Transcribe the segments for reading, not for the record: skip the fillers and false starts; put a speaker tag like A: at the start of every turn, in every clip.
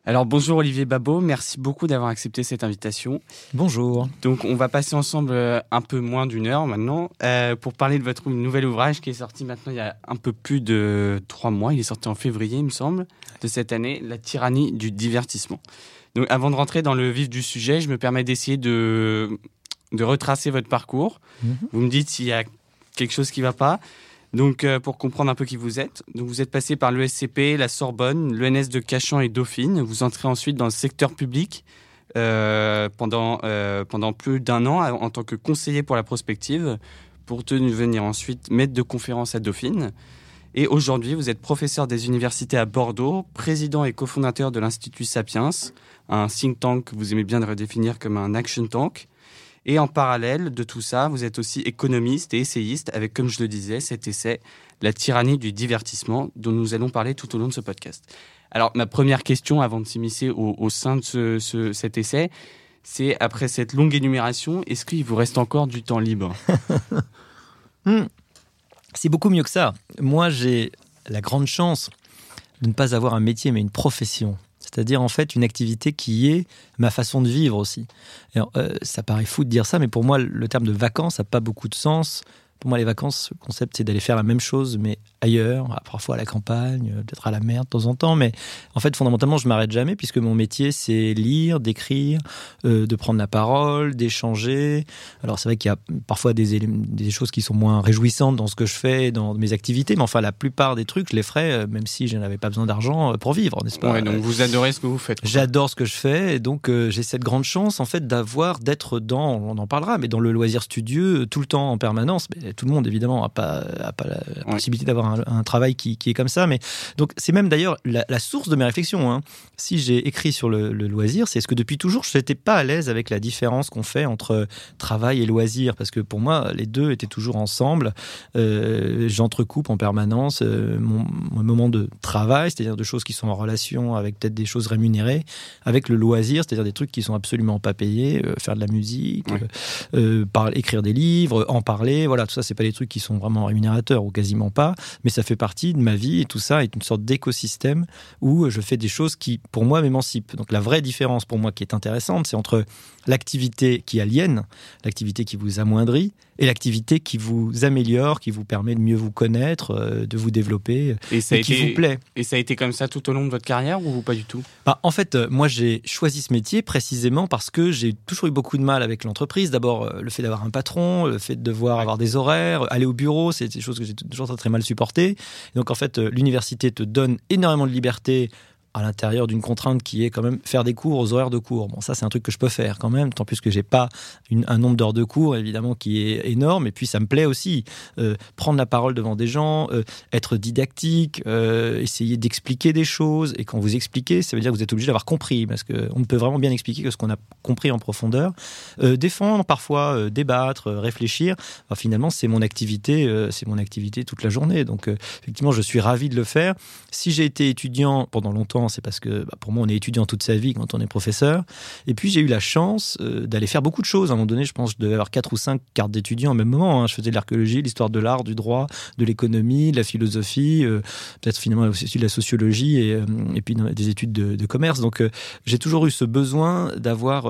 A: Alors bonjour Olivier Babot, merci beaucoup d'avoir accepté cette invitation.
B: Bonjour.
A: Donc on va passer ensemble un peu moins d'une heure maintenant pour parler de votre nouvel ouvrage qui est sorti maintenant il y a un peu plus de 3 mois. Il est sorti en février il me semble de cette année, La tyrannie du divertissement. Donc avant de rentrer dans le vif du sujet, je me permets d'essayer de retracer votre parcours. Vous me dites s'il y a quelque chose qui ne va pas. Donc, pour comprendre un peu qui vous êtes, donc vous êtes passé par l'ESCP, la Sorbonne, l'ENS de Cachan et Dauphine. Vous entrez ensuite dans le secteur public pendant plus d'1 an en tant que conseiller pour la prospective, pour devenir ensuite maître de conférence à Dauphine. Et aujourd'hui, vous êtes professeur des universités à Bordeaux, président et cofondateur de l'Institut Sapiens, un think tank que vous aimez bien le redéfinir comme un action tank. Et en parallèle de tout ça, vous êtes aussi économiste et essayiste avec, comme je le disais, cet essai « La tyrannie du divertissement » dont nous allons parler tout au long de ce podcast. Alors, ma première question avant de s'immiscer au sein de cet essai, c'est après cette longue énumération, est-ce qu'il vous reste encore du temps libre ?
B: C'est beaucoup mieux que ça. Moi, j'ai la grande chance de ne pas avoir un métier, mais une profession. C'est-à-dire, en fait, une activité qui est ma façon de vivre aussi. Alors, ça paraît fou de dire ça, mais pour moi, le terme de vacances n'a pas beaucoup de sens. Pour moi, les vacances, le concept, c'est d'aller faire la même chose, mais ailleurs, parfois à la campagne, peut-être à la mer de temps en temps. Mais en fait, fondamentalement, je ne m'arrête jamais, puisque mon métier, c'est lire, d'écrire, de prendre la parole, d'échanger. Alors, c'est vrai qu'il y a parfois des choses qui sont moins réjouissantes dans ce que je fais, dans mes activités. Mais enfin, la plupart des trucs, je les ferais, même si je n'avais pas besoin d'argent pour vivre, n'est-ce pas ?
A: Ouais, donc vous adorez ce que vous faites.
B: J'adore ce que je fais, et donc j'ai cette grande chance, en fait, d'être dans, on en parlera, mais dans le loisir studieux, tout le temps, en permanence. Mais tout le monde, évidemment, n'a pas la possibilité d'avoir un travail qui est comme ça. Mais donc, c'est même d'ailleurs la source de mes réflexions. Hein. Si j'ai écrit sur le loisir, c'est ce que depuis toujours, je n'étais pas à l'aise avec la différence qu'on fait entre travail et loisir. Parce que pour moi, les deux étaient toujours ensemble. J'entrecoupe en permanence mon moment de travail, c'est-à-dire de choses qui sont en relation avec peut-être des choses rémunérées, avec le loisir, c'est-à-dire des trucs qui sont absolument pas payés, faire de la musique, écrire des livres, en parler. Voilà, tout ça, c'est pas des trucs qui sont vraiment rémunérateurs ou quasiment pas, mais ça fait partie de ma vie et tout ça est une sorte d'écosystème où je fais des choses qui, pour moi, m'émancipent. Donc la vraie différence pour moi qui est intéressante, c'est entre l'activité qui aliène, l'activité qui vous amoindrit et l'activité qui vous améliore, qui vous permet de mieux vous connaître, de vous développer et qui vous plaît.
A: Et ça a été comme ça tout au long de votre carrière ou pas du tout ?
B: En fait, moi, j'ai choisi ce métier précisément parce que j'ai toujours eu beaucoup de mal avec l'entreprise. D'abord, le fait d'avoir un patron, le fait de devoir avoir des horaires, aller au bureau, c'est des choses que j'ai toujours très, très mal supportées. Et donc, en fait, l'université te donne énormément de liberté à l'intérieur d'une contrainte qui est quand même faire des cours aux horaires de cours. Bon, ça, c'est un truc que je peux faire quand même, tant plus que j'ai pas un nombre d'heures de cours, évidemment, qui est énorme. Et puis, ça me plaît aussi. Prendre la parole devant des gens, être didactique, essayer d'expliquer des choses. Et quand vous expliquez, ça veut dire que vous êtes obligé d'avoir compris, parce qu'on ne peut vraiment bien expliquer que ce qu'on a compris en profondeur. Défendre, parfois, débattre, réfléchir. Finalement, c'est mon activité toute la journée. Donc, effectivement, je suis ravi de le faire. Si j'ai été étudiant pendant longtemps, c'est parce que pour moi, on est étudiant toute sa vie quand on est professeur. Et puis, j'ai eu la chance d'aller faire beaucoup de choses. À un moment donné, je pense que je devais avoir 4 ou 5 cartes d'étudiant au même moment. Hein. Je faisais de l'archéologie, l'histoire de l'art, du droit, de l'économie, de la philosophie, peut-être finalement aussi de la sociologie et puis des études de commerce. Donc, j'ai toujours eu ce besoin de voir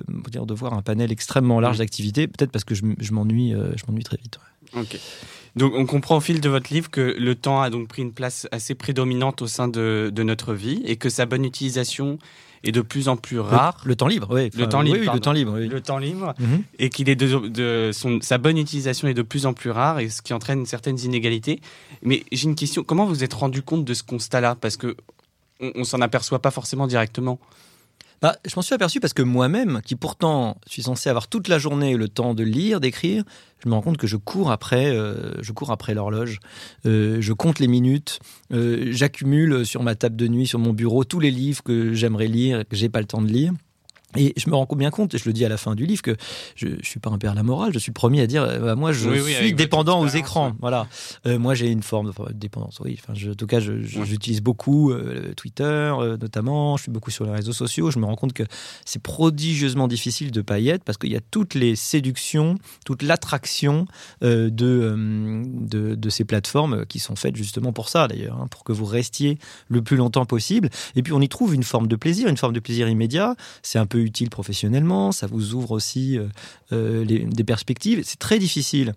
B: un panel extrêmement large d'activités, peut-être parce que je m'ennuie très vite. Ouais.
A: Ok. Donc, on comprend au fil de votre livre que le temps a donc pris une place assez prédominante au sein de notre vie et que sa bonne utilisation est de plus en plus rare.
B: Le temps libre, oui.
A: Le temps libre,
B: oui, le temps libre. Oui.
A: Le temps libre, et qu'il est sa bonne utilisation est de plus en plus rare, et ce qui entraîne certaines inégalités. Mais j'ai une question, comment vous êtes rendu compte de ce constat-là ? Parce qu'on s'en aperçoit pas forcément directement.
B: Je m'en suis aperçu parce que moi-même, qui pourtant suis censé avoir toute la journée le temps de lire, d'écrire, je me rends compte que je cours après l'horloge. Je compte les minutes. J'accumule sur ma table de nuit, sur mon bureau, tous les livres que j'aimerais lire et que j'ai pas le temps de lire. Et je me rends bien compte, et je le dis à la fin du livre, que je ne suis pas un père à la morale, je suis le premier à dire, moi je suis dépendant aux écrans. Voilà. Moi j'ai une forme de dépendance, oui. Enfin, en tout cas, j'utilise beaucoup Twitter, notamment, je suis beaucoup sur les réseaux sociaux. Je me rends compte que c'est prodigieusement difficile de ne pas y être, parce qu'il y a toutes les séductions, toute l'attraction de ces plateformes qui sont faites justement pour ça, d'ailleurs, pour que vous restiez le plus longtemps possible. Et puis on y trouve une forme de plaisir immédiat. C'est un peu utile professionnellement, ça vous ouvre aussi des perspectives. C'est très difficile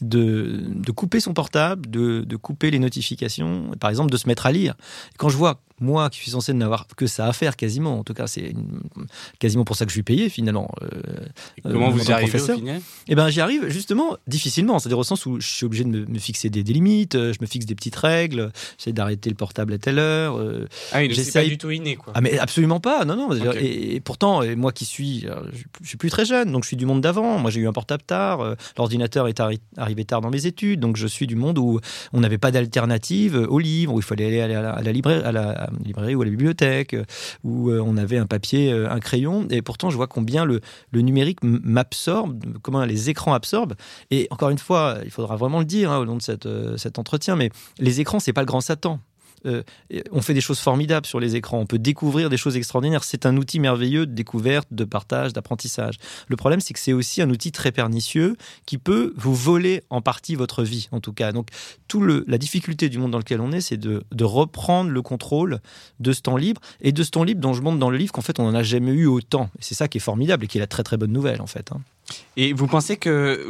B: de couper son portable, de couper les notifications, par exemple de se mettre à lire. Quand je vois, moi qui suis censé n'avoir que ça à faire quasiment, en tout cas c'est quasiment pour ça que je suis payé finalement.
A: Comment vous y arrivez au final ?
B: Eh ben, j'y arrive justement difficilement, c'est-à-dire au sens où je suis obligé de me fixer des limites, je me fixe des petites règles, j'essaie d'arrêter le portable à telle heure.
A: Ah oui, donc c'est pas du tout inné, quoi.
B: Ah mais absolument pas, non.
A: Okay.
B: Et pourtant, moi qui suis, je suis plus très jeune, donc je suis du monde d'avant. Moi j'ai eu un portable tard, l'ordinateur est arrivé tard dans mes études, donc je suis du monde où on n'avait pas d'alternative aux livres, où il fallait aller à la librairie ou à la bibliothèque, où on avait un papier, un crayon, et pourtant je vois combien le numérique m'absorbe, comment les écrans absorbent. Et encore une fois, il faudra vraiment le dire au long de cet entretien, mais les écrans, c'est pas le grand Satan. On fait des choses formidables sur les écrans, on peut découvrir des choses extraordinaires, c'est un outil merveilleux de découverte, de partage, d'apprentissage. Le problème, c'est que c'est aussi un outil très pernicieux qui peut vous voler en partie votre vie, en tout cas. Donc la difficulté du monde dans lequel on est, c'est de reprendre le contrôle de ce temps libre, et de ce temps libre dont je montre dans le livre qu'en fait on n'en a jamais eu autant, et c'est ça qui est formidable et qui est la très très bonne nouvelle en fait.
A: Et vous pensez que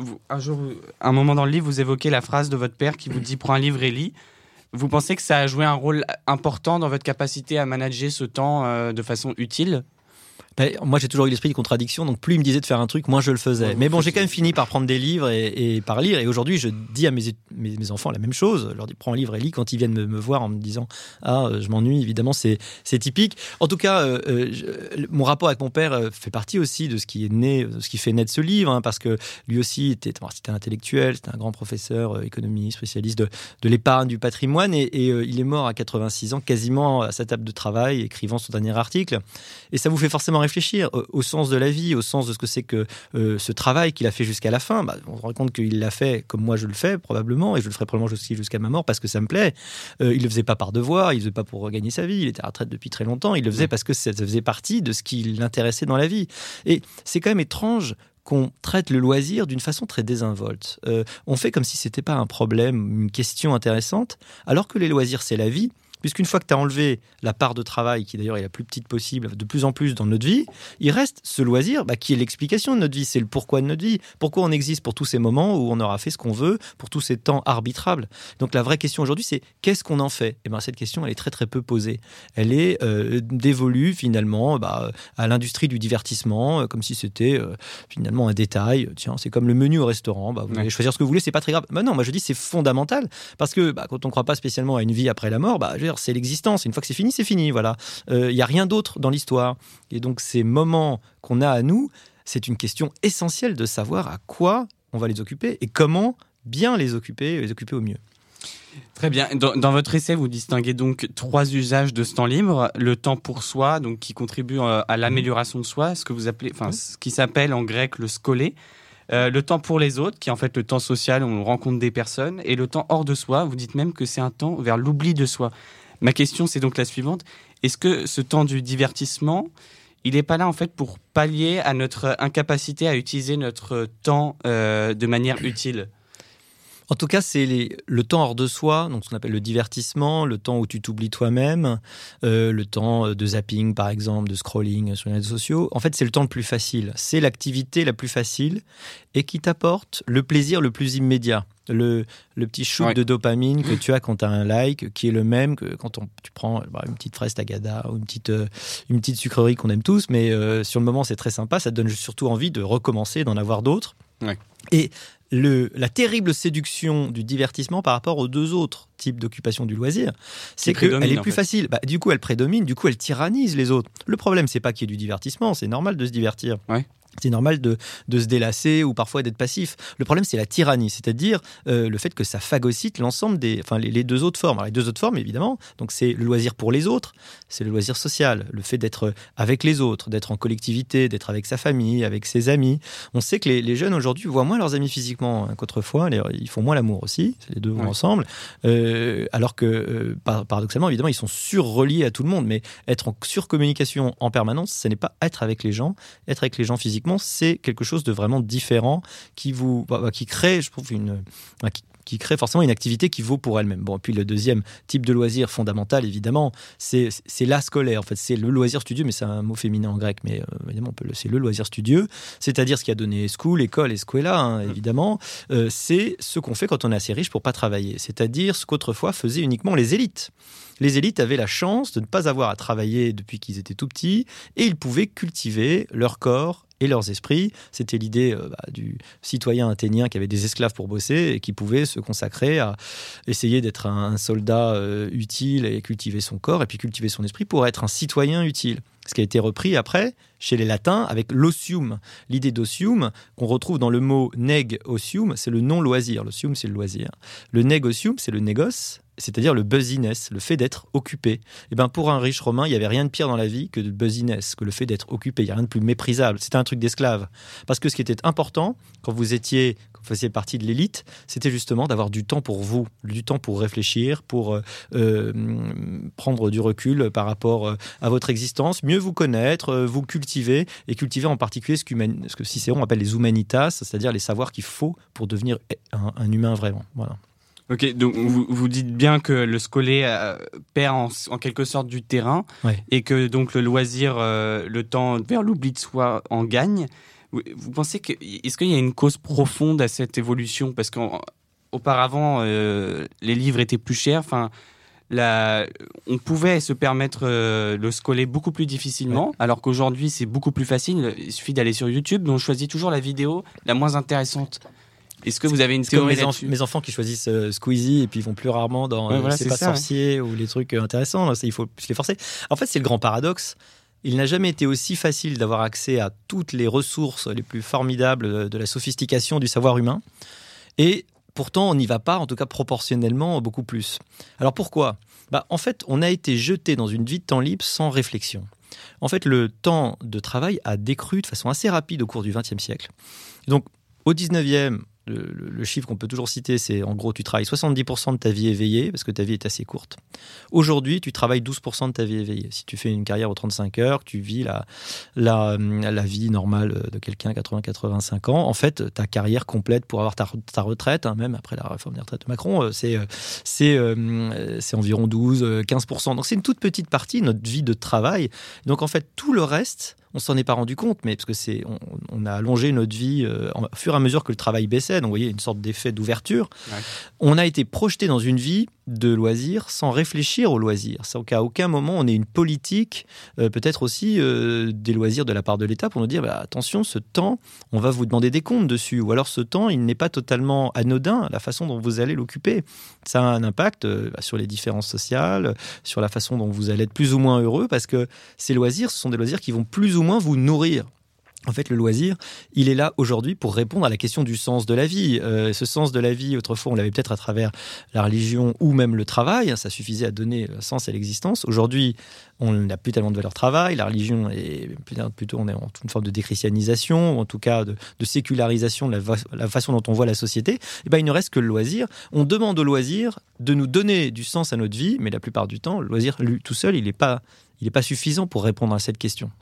A: un moment dans le livre, vous évoquez la phrase de votre père qui vous dit « prends un livre et lis ». Vous pensez que ça a joué un rôle important dans votre capacité à manager ce temps de façon utile ?
B: Moi, j'ai toujours eu l'esprit de contradiction, donc plus il me disait de faire un truc, moins je le faisais. Ouais, mais bon, j'ai quand même fini par prendre des livres et par lire. Et aujourd'hui, je dis à mes enfants la même chose. Je leur dis, prends un livre et lis quand ils viennent me voir en me disant, je m'ennuie. Évidemment, c'est typique. En tout cas, mon rapport avec mon père fait partie aussi de ce qui est né, de ce qui fait naître ce livre, parce que lui aussi c'était un intellectuel, c'était un grand professeur, économiste, spécialiste de l'épargne, du patrimoine, et il est mort à 86 ans, quasiment à sa table de travail, écrivant son dernier article. Et ça vous fait forcément réfléchir au sens de la vie, au sens de ce que c'est que ce travail qu'il a fait jusqu'à la fin. On se rend compte qu'il l'a fait comme moi je le fais probablement, et je le ferai probablement aussi jusqu'à ma mort parce que ça me plaît. Il le faisait pas par devoir, il le faisait pas pour gagner sa vie, il était à la retraite depuis très longtemps, il le faisait parce que ça faisait partie de ce qui l'intéressait dans la vie. Et c'est quand même étrange qu'on traite le loisir d'une façon très désinvolte. On fait comme si c'était pas un problème, une question intéressante, alors que les loisirs c'est la vie. Puisqu'une fois que tu as enlevé la part de travail, qui d'ailleurs est la plus petite possible, de plus en plus dans notre vie, il reste ce loisir qui est l'explication de notre vie, c'est le pourquoi de notre vie. Pourquoi on existe pour tous ces moments où on aura fait ce qu'on veut, pour tous ces temps arbitrables. Donc la vraie question aujourd'hui, c'est qu'est-ce qu'on en fait ? Et cette question, elle est très très peu posée. Elle est dévolue finalement à l'industrie du divertissement, comme si c'était finalement un détail. Tiens, c'est comme le menu au restaurant, vous allez choisir ce que vous voulez, c'est pas très grave. Non, moi je dis c'est fondamental, parce que quand on ne croit pas spécialement à une vie après la mort, c'est l'existence. Une fois que c'est fini, voilà. Il n'y a rien d'autre dans l'histoire. Et donc, ces moments qu'on a à nous, c'est une question essentielle de savoir à quoi on va les occuper et comment bien les occuper au mieux.
A: Très bien. Dans votre essai, vous distinguez donc 3 usages de ce temps libre. Le temps pour soi, donc qui contribue à l'amélioration de soi, ce que vous appelez, ce qui s'appelle en grec le skolé. Le temps pour les autres, qui est en fait le temps social où on rencontre des personnes. Et le temps hors de soi, vous dites même que c'est un temps vers l'oubli de soi. Ma question, c'est donc la suivante. Est-ce que ce temps du divertissement, il n'est pas là en fait pour pallier à notre incapacité à utiliser notre temps de manière utile ?
B: En tout cas, c'est le temps hors de soi, donc ce qu'on appelle le divertissement, le temps où tu t'oublies toi-même, le temps de zapping, par exemple, de scrolling sur les réseaux sociaux. En fait, c'est le temps le plus facile. C'est l'activité la plus facile et qui t'apporte le plaisir le plus immédiat. Le petit shoot de dopamine que tu as quand tu as un like, qui est le même que quand tu prends une petite fraise tagada ou une petite sucrerie qu'on aime tous, mais sur le moment, c'est très sympa. Ça te donne surtout envie de recommencer, d'en avoir d'autres. Ouais. Et la terrible séduction du divertissement par rapport aux 2 autres types d'occupation du loisir, c'est qu'elle est plus facile. Du coup, elle prédomine, du coup, elle tyrannise les autres. Le problème, c'est pas qu'il y ait du divertissement, c'est normal de se divertir. Ouais. C'est normal de se délasser ou parfois d'être passif. Le problème, c'est la tyrannie, c'est-à-dire le fait que ça phagocyte l'ensemble les deux autres formes. Alors, les deux autres formes, évidemment, donc c'est le loisir pour les autres, c'est le loisir social, le fait d'être avec les autres, d'être en collectivité, d'être avec sa famille, avec ses amis. On sait que les jeunes aujourd'hui voient moins leurs amis physiquement qu'autrefois. Ils font moins l'amour aussi, les deux vont ensemble. Alors que, paradoxalement, évidemment, ils sont sur-reliés à tout le monde. Mais être en surcommunication en permanence, ce n'est pas être avec les gens. Être avec les gens physiquement, c'est quelque chose de vraiment différent qui crée, je trouve, qui crée forcément une activité qui vaut pour elle-même. Bon, et puis le deuxième type de loisir fondamental, évidemment, c'est la scolaire. En fait, c'est le loisir studieux, mais c'est un mot féminin en grec, mais évidemment, c'est le loisir studieux, c'est-à-dire ce qui a donné school, école et scuola, évidemment. C'est ce qu'on fait quand on est assez riche pour pas travailler, c'est-à-dire ce qu'autrefois faisaient uniquement les élites. Les élites avaient la chance de ne pas avoir à travailler depuis qu'ils étaient tout petits et ils pouvaient cultiver leur corps et leurs esprits. C'était l'idée du citoyen athénien qui avait des esclaves pour bosser et qui pouvait se consacrer à essayer d'être un soldat utile et cultiver son corps et puis cultiver son esprit pour être un citoyen utile. Ce qui a été repris après chez les Latins avec l'osium. L'idée d'osium qu'on retrouve dans le mot neg osium, c'est le non-loisir. L'osium, c'est le loisir. Le neg osium, c'est le négoce, c'est-à-dire le busyness, le fait d'être occupé. Et ben pour un riche romain, il n'y avait rien de pire dans la vie que le busyness, que le fait d'être occupé. Il n'y a rien de plus méprisable. C'était un truc d'esclave. Parce que ce qui était important, quand vous faisiez partie de l'élite, c'était justement d'avoir du temps pour vous, du temps pour réfléchir, pour prendre du recul par rapport à votre existence, mieux vous connaître, vous cultiver, et cultiver en particulier ce que Cicéron appelle les humanitas, c'est-à-dire les savoirs qu'il faut pour devenir un humain vraiment. Voilà.
A: Ok, donc vous dites bien que le scolaire perd en quelque sorte du terrain, et que donc le loisir, le temps vers l'oubli de soi en gagne. Vous pensez est-ce qu'il y a une cause profonde à cette évolution? Parce qu'auparavant, les livres étaient plus chers. Enfin, on pouvait se permettre le scolaire beaucoup plus difficilement, alors qu'aujourd'hui, c'est beaucoup plus facile. Il suffit d'aller sur YouTube, mais on choisit toujours la vidéo la moins intéressante. Est-ce que vous avez une théorie là-dessus?
B: Mes enfants qui choisissent Squeezie et puis ils vont plus rarement dans C'est pas sorcier ou les trucs intéressants. Là, il faut plus les forcer. En fait, c'est le grand paradoxe. Il n'a jamais été aussi facile d'avoir accès à toutes les ressources les plus formidables de la sophistication du savoir humain. Et pourtant, on n'y va pas, en tout cas proportionnellement, beaucoup plus. Alors pourquoi ? En fait, on a été jeté dans une vie de temps libre sans réflexion. En fait, le temps de travail a décru de façon assez rapide au cours du XXe siècle. Donc, au XIXe, le chiffre qu'on peut toujours citer, c'est en gros, tu travailles 70% de ta vie éveillée, parce que ta vie est assez courte. Aujourd'hui, tu travailles 12% de ta vie éveillée. Si tu fais une carrière aux 35 heures, que tu vis la vie normale de quelqu'un 80-85 ans, en fait, ta carrière complète pour avoir ta retraite, même après la réforme des retraites de Macron, c'est environ 12-15%. Donc, c'est une toute petite partie de notre vie de travail. Donc, en fait, tout le reste, on s'en est pas rendu compte, mais parce que on a allongé notre vie au fur et à mesure que le travail baissait. Donc, vous voyez, une sorte d'effet d'ouverture. Ouais. On a été projeté dans une vie de loisirs sans réfléchir aux loisirs, sans qu'à aucun moment on ait une politique, peut-être aussi des loisirs de la part de l'État pour nous dire attention, ce temps, on va vous demander des comptes dessus, ou alors ce temps, il n'est pas totalement anodin, la façon dont vous allez l'occuper. Ça a un impact sur les différences sociales, sur la façon dont vous allez être plus ou moins heureux, parce que ces loisirs, ce sont des loisirs qui vont plus ou moins vous nourrir. En fait, le loisir, il est là aujourd'hui pour répondre à la question du sens de la vie. Ce sens de la vie, autrefois, on l'avait peut-être à travers la religion ou même le travail. Ça suffisait à donner sens à l'existence. Aujourd'hui, on n'a plus tellement de valeur travail. La religion est plutôt, on est en une forme de déchristianisation, ou en tout cas de sécularisation de la façon dont on voit la société. Et il ne reste que le loisir. On demande au loisir de nous donner du sens à notre vie, mais la plupart du temps, le loisir, lui, tout seul, il n'est pas suffisant pour répondre à cette question.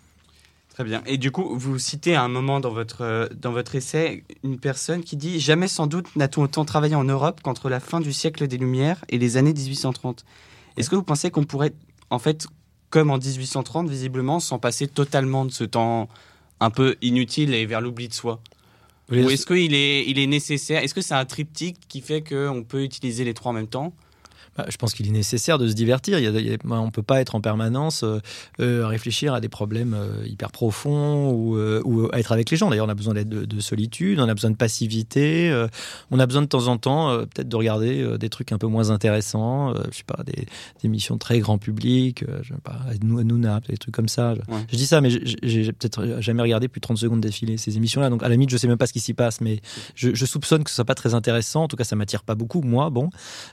A: Très bien. Et du coup, vous citez à un moment dans votre essai une personne qui dit « Jamais sans doute n'a-t-on autant travaillé en Europe qu'entre la fin du siècle des Lumières et les années 1830 ». Est-ce que vous pensez qu'on pourrait, en fait, comme en 1830, visiblement, s'en passer totalement de ce temps un peu inutile et vers l'oubli de soi ? Ou est-ce qu'il est nécessaire ? Est-ce que c'est un triptyque qui fait qu'on peut utiliser les trois en même temps ?
B: Je pense qu'il est nécessaire de se divertir. On ne peut pas être en permanence à réfléchir à des problèmes hyper profonds ou à être avec les gens. D'ailleurs, on a besoin de solitude, on a besoin de passivité, on a besoin de temps en temps peut-être de regarder des trucs un peu moins intéressants, je sais pas, des émissions très grand public, je sais pas, Hanouna, des trucs comme ça. Je dis ça, mais j'ai peut-être jamais regardé plus de 30 secondes d'affilée ces émissions-là. Donc à la limite, je sais même pas ce qui s'y passe, mais je soupçonne que ce soit pas très intéressant. En tout cas, ça m'attire pas beaucoup, moi. Bon.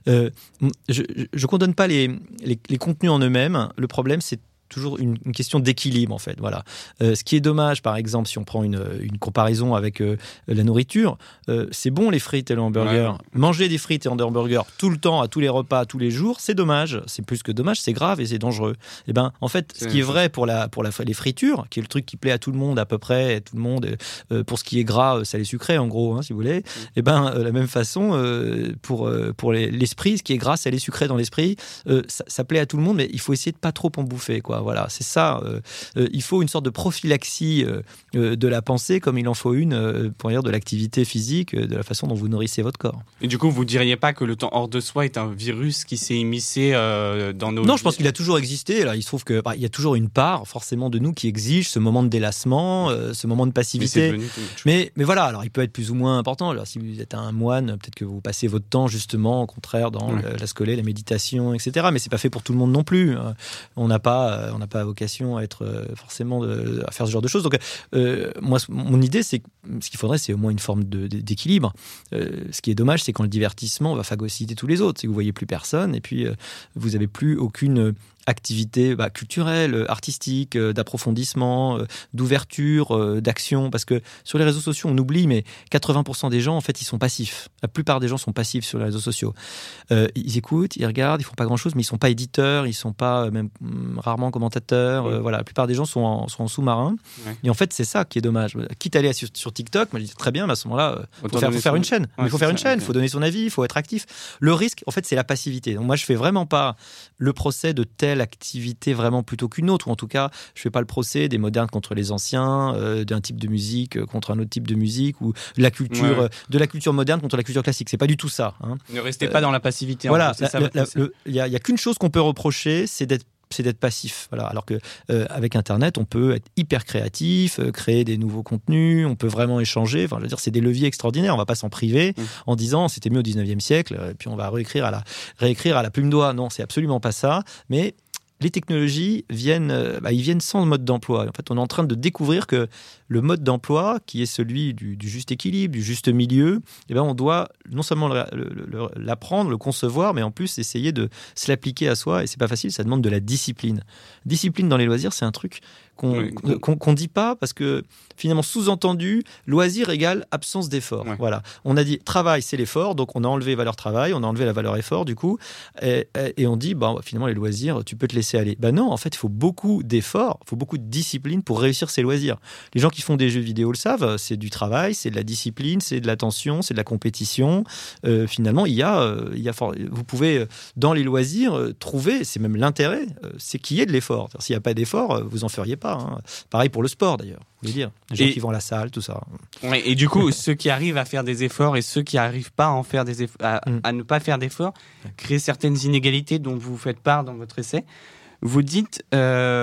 B: Je condamne pas les contenus en eux-mêmes. Le problème, c'est toujours une question d'équilibre, en fait. Voilà. Ce qui est dommage, par exemple, si on prend une comparaison avec la nourriture, c'est bon les frites et le hamburger. Ouais. Manger des frites et un hamburger tout le temps, à tous les repas, tous les jours, c'est dommage. C'est plus que dommage, c'est grave et c'est dangereux. Et ben, en fait, ce qui est vrai pour les fritures, qui est le truc qui plaît à tout le monde à peu près, tout le monde, pour ce qui est gras, salé, sucré, en gros, si vous voulez. Et ben, la même façon pour l'esprit, ce qui est gras, salé, sucré dans l'esprit, ça plaît à tout le monde, mais il faut essayer de pas trop en bouffer, quoi. Voilà, c'est ça. Il faut une sorte de prophylaxie de la pensée, comme il en faut une pour dire de l'activité physique, de la façon dont vous nourrissez votre corps.
A: Et du coup, vous diriez pas que le temps hors de soi est un virus qui s'est immiscé dans nos...
B: Non, je pense qu'il a toujours existé. Là, il se trouve qu'il y a toujours une part, forcément, de nous qui exige ce moment de délassement, ce moment de passivité. Mais voilà, alors il peut être plus ou moins important. Alors, si vous êtes un moine, peut-être que vous passez votre temps, justement, au contraire, dans la scolée, la méditation, etc. Mais c'est pas fait pour tout le monde non plus. On n'a pas vocation à être forcément à faire ce genre de choses. Donc, moi, mon idée, c'est que ce qu'il faudrait, c'est au moins une forme d'équilibre. Ce qui est dommage, c'est quand le divertissement va phagocyter tous les autres. C'est que vous voyez plus personne et puis vous avez plus aucune activité culturelle, artistique, d'approfondissement, d'ouverture, d'action. Parce que sur les réseaux sociaux, on oublie, mais 80% des gens, en fait, ils sont passifs. La plupart des gens sont passifs sur les réseaux sociaux. Ils écoutent, ils regardent, ils font pas grand-chose, mais ils sont pas éditeurs, ils sont pas même rarement commentateurs. Voilà, la plupart des gens sont en sous-marin. Ouais. Et en fait, c'est ça qui est dommage. Quitte à aller sur TikTok, moi je dis très bien, mais à ce moment-là, faut faire une chaîne. Il faut faire une chaîne, il faut donner son avis, il faut être actif. Le risque, en fait, c'est la passivité. Donc moi, je fais vraiment pas le procès de telle activité vraiment plutôt qu'une autre, ou en tout cas, je fais pas le procès des modernes contre les anciens, d'un type de musique contre un autre type de musique, ou de la culture moderne contre la culture classique. C'est pas du tout ça.
A: Ne restez pas dans la passivité.
B: Voilà, il y a qu'une chose qu'on peut reprocher, c'est d'être passif. Voilà. Alors que avec Internet, on peut être hyper créatif, créer des nouveaux contenus, on peut vraiment échanger. Enfin, je veux dire, c'est des leviers extraordinaires. On va pas s'en priver en disant c'était mieux au 19e siècle, et puis on va réécrire à la plume d'oie. Non, c'est absolument pas ça. Mais les technologies viennent sans mode d'emploi. En fait, on est en train de découvrir que le mode d'emploi, qui est celui du juste équilibre, du juste milieu, on doit non seulement l'apprendre, le concevoir, mais en plus essayer de se l'appliquer à soi. Et c'est pas facile, ça demande de la discipline. Discipline dans les loisirs, c'est un truc qu'on dit pas, parce que finalement, sous-entendu, loisir égale absence d'effort. Ouais. Voilà. On a dit travail, c'est l'effort, donc on a enlevé valeur travail, on a enlevé la valeur effort, du coup, et on dit, finalement, les loisirs, tu peux te laisser aller. Non, en fait, il faut beaucoup d'efforts, il faut beaucoup de discipline pour réussir ces loisirs. Les gens qui font des jeux vidéo le savent, c'est du travail, c'est de la discipline, c'est de l'attention, c'est de la compétition. Finalement, vous pouvez, dans les loisirs, trouver, c'est même l'intérêt, c'est qu'il y ait de l'effort. S'il n'y a pas d'effort, vous en feriez pas. Pareil pour le sport, d'ailleurs. Vous voulez dire, les gens qui vont à la salle, tout ça.
A: Ouais, et du coup, ceux qui arrivent à faire des efforts et ceux qui n'arrivent pas à en faire des efforts, à ne pas faire d'efforts, créent certaines inégalités dont vous faites part dans votre essai. Vous dites, il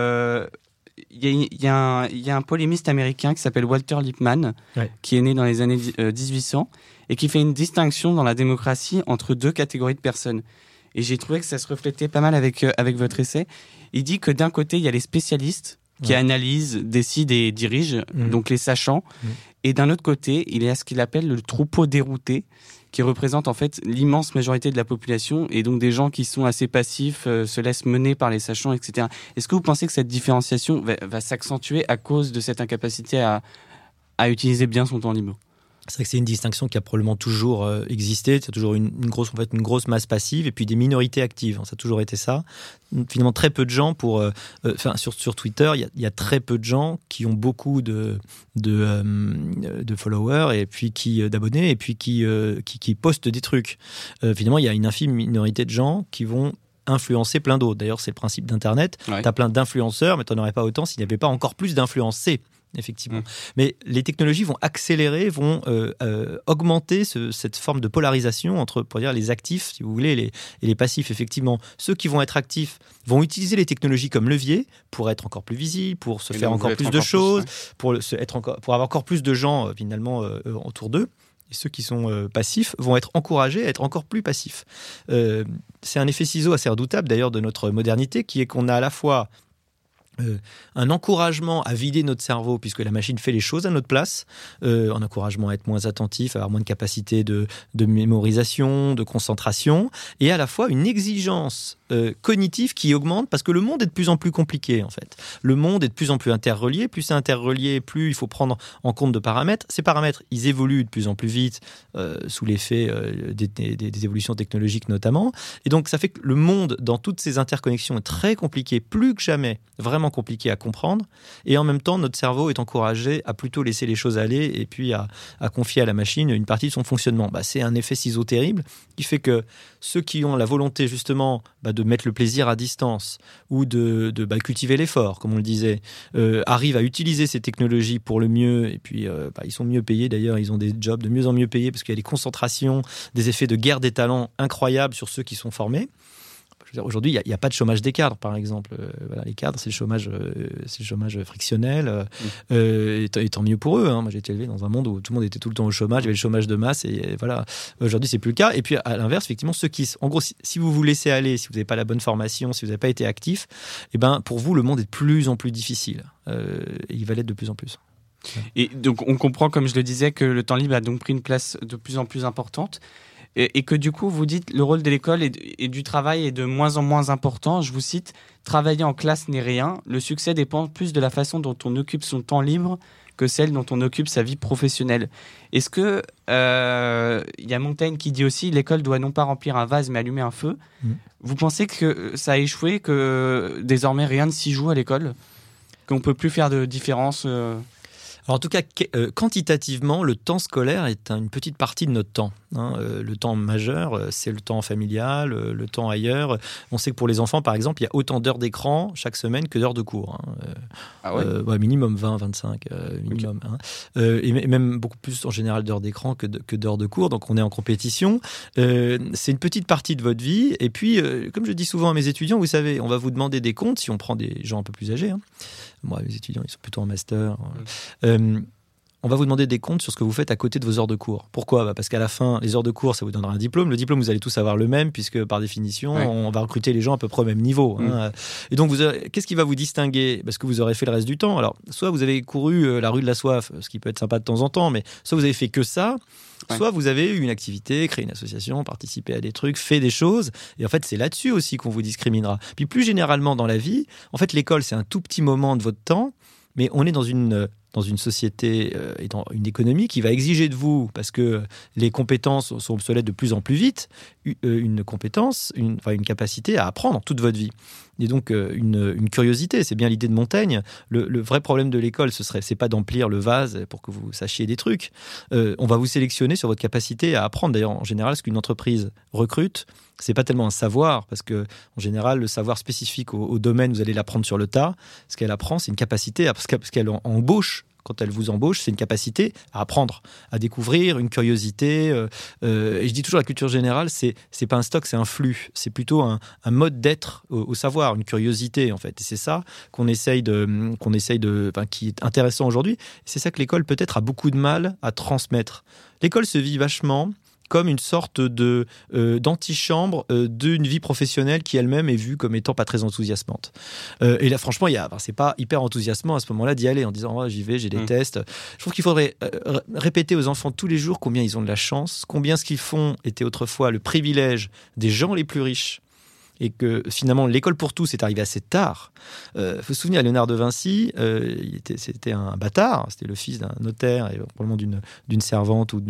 A: y a un polémiste américain qui s'appelle Walter Lippmann, qui est né dans les années 1800 et qui fait une distinction dans la démocratie entre deux catégories de personnes. Et j'ai trouvé que ça se reflétait pas mal avec votre essai. Il dit que d'un côté, il y a les spécialistes qui analysent, décident et dirigent, donc les sachants. Et d'un autre côté, il y a ce qu'il appelle le troupeau dérouté, qui représente en fait l'immense majorité de la population, et donc des gens qui sont assez passifs, se laissent mener par les sachants, etc. Est-ce que vous pensez que cette différenciation va s'accentuer à cause de cette incapacité à utiliser bien son temps libre ?
B: C'est vrai que c'est une distinction qui a probablement toujours existé. C'est toujours une grosse masse passive et puis des minorités actives. Ça a toujours été ça. Finalement, très peu de gens sur Twitter, il y a très peu de gens qui ont beaucoup de followers et puis d'abonnés et puis qui postent des trucs. Finalement, il y a une infime minorité de gens qui vont influencer plein d'autres. D'ailleurs, c'est le principe d'Internet. Ouais. Tu as plein d'influenceurs, mais tu n'en aurais pas autant s'il n'y avait pas encore plus d'influencés. effectivement. Mais les technologies vont accélérer, vont augmenter cette forme de polarisation entre, pour dire, les actifs, si vous voulez, et les passifs. Effectivement, ceux qui vont être actifs vont utiliser les technologies comme levier pour être encore plus visibles, pour se faire encore plus de choses, pour avoir encore plus de gens finalement autour d'eux. Et ceux qui sont passifs vont être encouragés à être encore plus passifs. C'est un effet ciseau assez redoutable d'ailleurs de notre modernité, qui est qu'on a à la fois un encouragement à vider notre cerveau puisque la machine fait les choses à notre place, un encouragement à être moins attentif, à avoir moins de capacité de mémorisation, de concentration, et à la fois une exigence cognitive qui augmente parce que le monde est de plus en plus compliqué en fait. Le monde est de plus en plus interrelié, plus c'est interrelié, plus il faut prendre en compte de paramètres. Ces paramètres, ils évoluent de plus en plus vite sous l'effet des évolutions technologiques notamment, et donc ça fait que le monde dans toutes ces interconnexions est très compliqué, plus que jamais, vraiment compliqué à comprendre, et en même temps notre cerveau est encouragé à plutôt laisser les choses aller et puis à confier à la machine une partie de son fonctionnement. C'est un effet ciseau terrible qui fait que ceux qui ont la volonté justement de mettre le plaisir à distance ou de cultiver l'effort, comme on le disait, arrivent à utiliser ces technologies pour le mieux, et puis ils sont mieux payés d'ailleurs, ils ont des jobs de mieux en mieux payés parce qu'il y a des concentrations, des effets de guerre des talents incroyables sur ceux qui sont formés. Aujourd'hui, il n'y a pas de chômage des cadres, par exemple. Les cadres, c'est le chômage frictionnel. Et tant mieux pour eux. Moi, j'ai été élevé dans un monde où tout le monde était tout le temps au chômage. Il y avait le chômage de masse. Et voilà. Aujourd'hui, c'est plus le cas. Et puis, à l'inverse, effectivement, ceux qui, en gros, si vous vous laissez aller, si vous n'avez pas la bonne formation, si vous n'avez pas été actif, pour vous, le monde est de plus en plus difficile. Il va l'être de plus en plus.
A: Et donc, on comprend, comme je le disais, que le temps libre a donc pris une place de plus en plus importante. Et que du coup, vous dites, le rôle de l'école et du travail est de moins en moins important. Je vous cite, « Travailler en classe n'est rien. Le succès dépend plus de la façon dont on occupe son temps libre que celle dont on occupe sa vie professionnelle. » Est-ce que y a Montaigne qui dit aussi, « L'école doit non pas remplir un vase, mais allumer un feu. » Vous pensez que ça a échoué, que désormais rien ne s'y joue à l'école, qu'on ne peut plus faire de différence
B: Alors en tout cas, quantitativement, le temps scolaire est une petite partie de notre temps. Le temps majeur, c'est le temps familial, le temps ailleurs. On sait que pour les enfants, par exemple, il y a autant d'heures d'écran chaque semaine que d'heures de cours. Minimum 20, 25, minimum. Okay. Et même beaucoup plus en général d'heures d'écran que d'heures de cours. Donc on est en compétition. C'est une petite partie de votre vie. Et puis, comme je dis souvent à mes étudiants, vous savez, on va vous demander des comptes si on prend des gens un peu plus âgés. Moi, mes étudiants, ils sont plutôt en master. On va vous demander des comptes sur ce que vous faites à côté de vos heures de cours. Pourquoi ? Parce qu'à la fin, les heures de cours, ça vous donnera un diplôme. Le diplôme, vous allez tous avoir le même, puisque par définition, on va recruter les gens à peu près au même niveau. Et donc, qu'est-ce qui va vous distinguer ? Parce que vous aurez fait le reste du temps. Alors, soit vous avez couru la rue de la soif, ce qui peut être sympa de temps en temps, mais soit vous avez fait que ça, soit vous avez eu une activité, créé une association, participé à des trucs, fait des choses. Et en fait, c'est là-dessus aussi qu'on vous discriminera. Puis plus généralement dans la vie, en fait, l'école, c'est un tout petit moment de votre temps, mais on est dans une société et dans une économie qui va exiger de vous, parce que les compétences sont obsolètes de plus en plus vite, une capacité à apprendre toute votre vie. Et donc une curiosité, c'est bien l'idée de Montaigne. Le vrai problème de l'école, c'est pas d'emplir le vase pour que vous sachiez des trucs. On va vous sélectionner sur votre capacité à apprendre. D'ailleurs, en général, ce qu'une entreprise recrute, c'est pas tellement un savoir, parce que en général, le savoir spécifique au domaine, vous allez l'apprendre sur le tas. Ce qu'elle apprend, c'est une capacité, parce qu'elle embauche. Quand elle vous embauche, c'est une capacité à apprendre, à découvrir, une curiosité. Et je dis toujours, la culture générale, c'est pas un stock, c'est un flux. C'est plutôt un mode d'être au savoir, une curiosité en fait. Et c'est ça qui est intéressant aujourd'hui. Et c'est ça que l'école peut-être a beaucoup de mal à transmettre. L'école se vit vachement comme une sorte d'antichambre d'une vie professionnelle qui elle-même est vue comme étant pas très enthousiasmante. Et là, franchement, c'est pas hyper enthousiasmant à ce moment-là d'y aller en disant j'y vais, j'ai des tests. Je trouve qu'il faudrait répéter aux enfants tous les jours combien ils ont de la chance, combien ce qu'ils font était autrefois le privilège des gens les plus riches. Et que finalement l'école pour tous est arrivée assez tard. Faut se souvenir, Léonard de Vinci, c'était un bâtard, c'était le fils d'un notaire et probablement d'une servante ou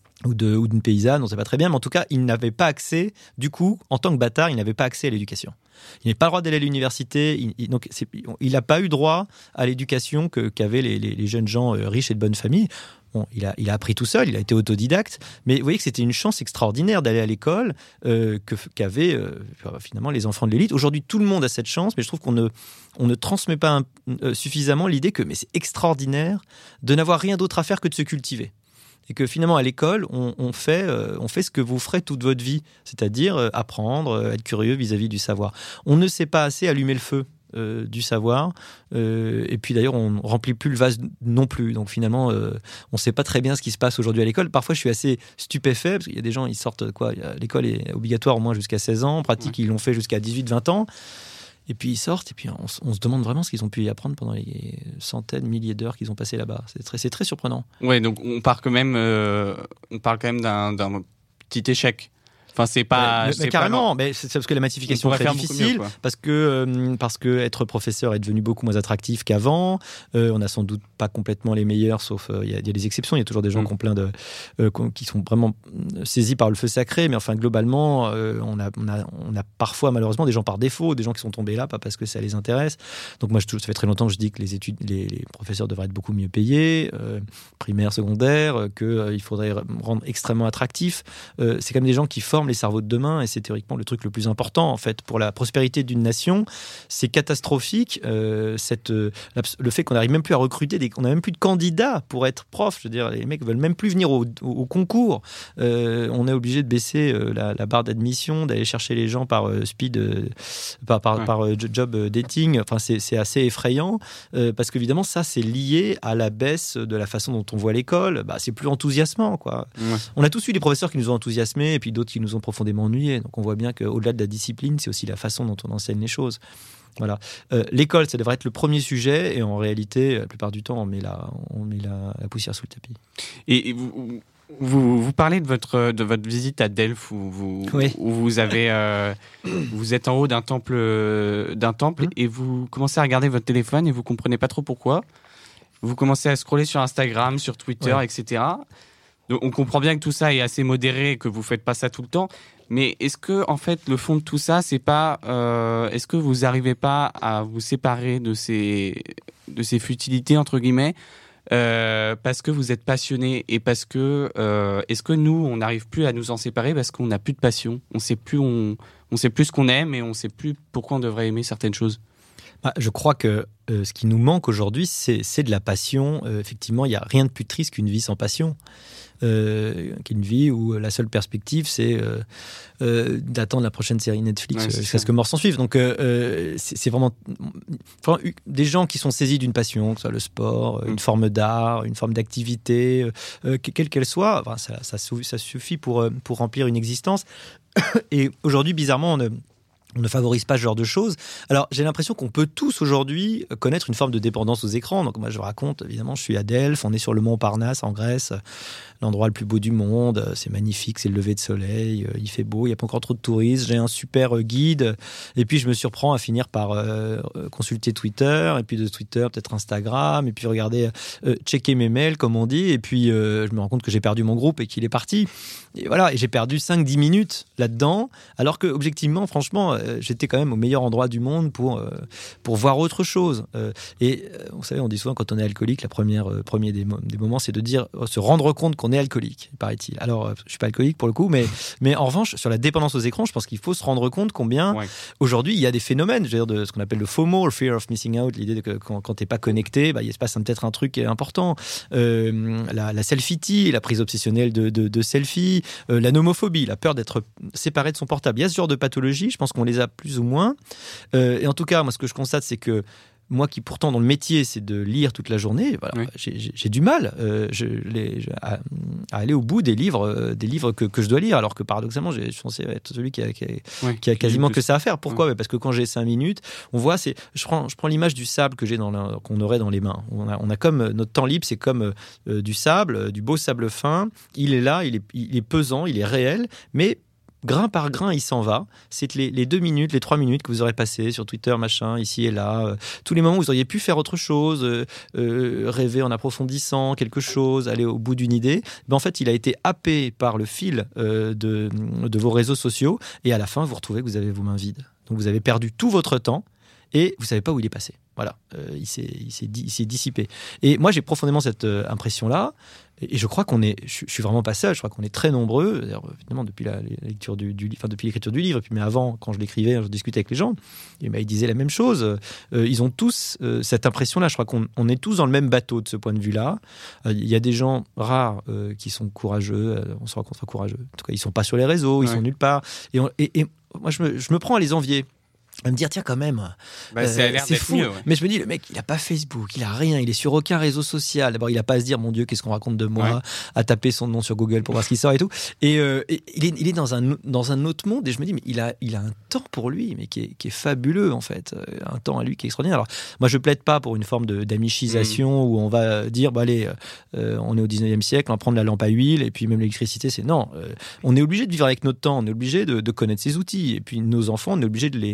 B: d'une paysanne, on ne sait pas très bien, mais en tout cas, il n'avait pas accès, du coup, en tant que bâtard, il n'avait pas accès à l'éducation. Il n'a pas le droit d'aller à l'université. Donc, il n'a pas eu droit à l'éducation qu'avaient les jeunes gens riches et de bonne famille. Bon, il a appris tout seul, il a été autodidacte, mais vous voyez que c'était une chance extraordinaire d'aller à l'école qu'avaient finalement les enfants de l'élite. Aujourd'hui, tout le monde a cette chance, mais je trouve qu'on ne transmet pas suffisamment l'idée que c'est extraordinaire de n'avoir rien d'autre à faire que de se cultiver. Et que finalement, à l'école, on fait ce que vous ferez toute votre vie, c'est-à-dire apprendre, être curieux vis-à-vis du savoir. On ne sait pas assez allumer le feu du savoir, et puis d'ailleurs on ne remplit plus le vase non plus, donc finalement on ne sait pas très bien ce qui se passe aujourd'hui à l'école. Parfois je suis assez stupéfait parce qu'il y a des gens, ils sortent l'école est obligatoire au moins jusqu'à 16 ans, en pratique ils l'ont fait jusqu'à 18-20 ans, et puis ils sortent et puis on se demande vraiment ce qu'ils ont pu y apprendre pendant les centaines, milliers d'heures qu'ils ont passées là-bas. C'est très surprenant.
A: Ouais, donc on parle quand même d'un petit échec. Enfin, c'est pas.
B: Mais carrément, mais c'est parce que la massification est très difficile, parce que être professeur est devenu beaucoup moins attractif qu'avant. On n'a sans doute pas complètement les meilleurs, sauf il y a des exceptions. Il y a toujours des gens qui sont vraiment saisis par le feu sacré, mais enfin globalement, on a parfois malheureusement des gens par défaut, des gens qui sont tombés là, pas parce que ça les intéresse. Donc moi, ça fait très longtemps que je dis que les professeurs devraient être beaucoup mieux payés, primaire, secondaire, qu'il faudrait rendre extrêmement attractif. C'est comme des gens qui forment les cerveaux de demain, et c'est théoriquement le truc le plus important en fait pour la prospérité d'une nation. C'est catastrophique le fait qu'on n'arrive même plus à recruter, qu'on n'a même plus de candidats pour être prof. Je veux dire, les mecs veulent même plus venir au concours. On est obligé de baisser la barre d'admission, d'aller chercher les gens par job dating. Enfin, c'est assez effrayant parce qu'évidemment ça c'est lié à la baisse de la façon dont on voit l'école. C'est plus enthousiasmant quoi. Ouais. On a tous eu des professeurs qui nous ont enthousiasmés et puis d'autres qui nous ont profondément ennuyés. Donc on voit bien qu'au-delà de la discipline, c'est aussi la façon dont on enseigne les choses. Voilà. L'école, ça devrait être le premier sujet, et en réalité, la plupart du temps, on met la poussière sous le tapis.
A: Et vous parlez de votre visite à Delphes où vous avez vous êtes en haut d'un temple et vous commencez à regarder votre téléphone et vous comprenez pas trop pourquoi. Vous commencez à scroller sur Instagram, sur Twitter, etc. Donc on comprend bien que tout ça est assez modéré et que vous faites pas ça tout le temps. Mais est-ce que en fait le fond de tout ça, c'est pas est-ce que vous arrivez pas à vous séparer de ces futilités entre guillemets parce que vous êtes passionné et parce que est-ce que nous on n'arrive plus à nous en séparer parce qu'on n'a plus de passion, on sait plus ce qu'on aime et on sait plus pourquoi on devrait aimer certaines choses.
B: Je crois que ce qui nous manque aujourd'hui, c'est de la passion. Effectivement, il n'y a rien de plus triste qu'une vie sans passion. Qu'une vie où la seule perspective, c'est d'attendre la prochaine série Netflix jusqu'à ce que mort s'en suive. Donc, c'est vraiment des gens qui sont saisis d'une passion, que ce soit le sport, une forme d'art, une forme d'activité, quelle qu'elle soit. Ça suffit pour remplir une existence. Et aujourd'hui, bizarrement, on ne favorise pas ce genre de choses. Alors, j'ai l'impression qu'on peut tous aujourd'hui connaître une forme de dépendance aux écrans. Donc, moi, je raconte, évidemment, je suis à Delphes, on est sur le mont Parnasse en Grèce, l'endroit le plus beau du monde. C'est magnifique, c'est le lever de soleil, il fait beau, il n'y a pas encore trop de touristes. J'ai un super guide. Et puis, je me surprends à finir par consulter Twitter, et puis de Twitter, peut-être Instagram, et puis regarder, checker mes mails, comme on dit. Et puis, je me rends compte que j'ai perdu mon groupe et qu'il est parti. Et voilà, et j'ai perdu 5-10 minutes là-dedans, alors que, objectivement, franchement, j'étais quand même au meilleur endroit du monde pour voir autre chose. Vous savez, on dit souvent quand on est alcoolique, premier des moments, c'est de se rendre compte qu'on est alcoolique, paraît-il. Alors, je suis pas alcoolique pour le coup, mais en revanche, sur la dépendance aux écrans, je pense qu'il faut se rendre compte combien aujourd'hui il y a des phénomènes, je veux dire, de ce qu'on appelle le FOMO, le fear of missing out, l'idée que quand t'es pas connecté, il se passe peut-être un truc important. La selfie, la prise obsessionnelle de selfies, la nomophobie, la peur d'être séparé de son portable. Il y a ce genre de pathologie, je pense qu'on les a plus ou moins. Et en tout cas, moi, ce que je constate, c'est que moi qui pourtant dans le métier c'est de lire toute la journée, j'ai du mal à aller au bout des livres que je dois lire, alors que paradoxalement je suis censé être celui qui a quasiment que ça à faire. Pourquoi ? Parce que quand j'ai 5 minutes, on voit, je prends l'image du sable que j'ai qu'on aurait dans les mains. On a comme notre temps libre, c'est comme du sable, du beau sable fin. Il est là, il est pesant, il est réel, mais grain par grain, il s'en va. C'est les 2 minutes, les 3 minutes que vous aurez passées sur Twitter, machin, ici et là. Tous les moments où vous auriez pu faire autre chose, rêver en approfondissant quelque chose, aller au bout d'une idée. En fait, il a été happé par le fil de vos réseaux sociaux. Et à la fin, vous retrouvez que vous avez vos mains vides. Donc vous avez perdu tout votre temps et vous ne savez pas où il est passé. Voilà, il s'est dissipé. Et moi, j'ai profondément cette impression-là. Et je crois je suis vraiment pas seul. Je crois qu'on est très nombreux, finalement, depuis la lecture depuis l'écriture du livre. Mais avant, quand je l'écrivais, je discutais avec les gens. Et ils disaient la même chose. Ils ont tous cette impression-là. Je crois qu'on est tous dans le même bateau de ce point de vue-là. Il y a des gens rares qui sont courageux. On se rencontre courageux. En tout cas, ils sont pas sur les réseaux, ils sont nulle part. Et moi, je me prends à les envier. À me dire, tiens, quand même, c'est fou.
A: Mieux, ouais.
B: Mais je me dis, le mec, il n'a pas Facebook, il n'a rien, il est sur aucun réseau social. D'abord, il n'a pas à se dire, mon Dieu, qu'est-ce qu'on raconte de moi, à taper son nom sur Google pour voir ce qui sort et tout. Et il est dans un autre monde. Et je me dis, mais il a un temps pour lui, mais qui est fabuleux, en fait. Un temps à lui qui est extraordinaire. Alors, moi, je plaide pas pour une forme d'amichisation où on va dire, allez, on est au 19e siècle, on va prendre la lampe à huile, et puis même l'électricité, c'est non. On est obligé de vivre avec notre temps, on est obligé de connaître ses outils. Et puis, nos enfants, on est obligé de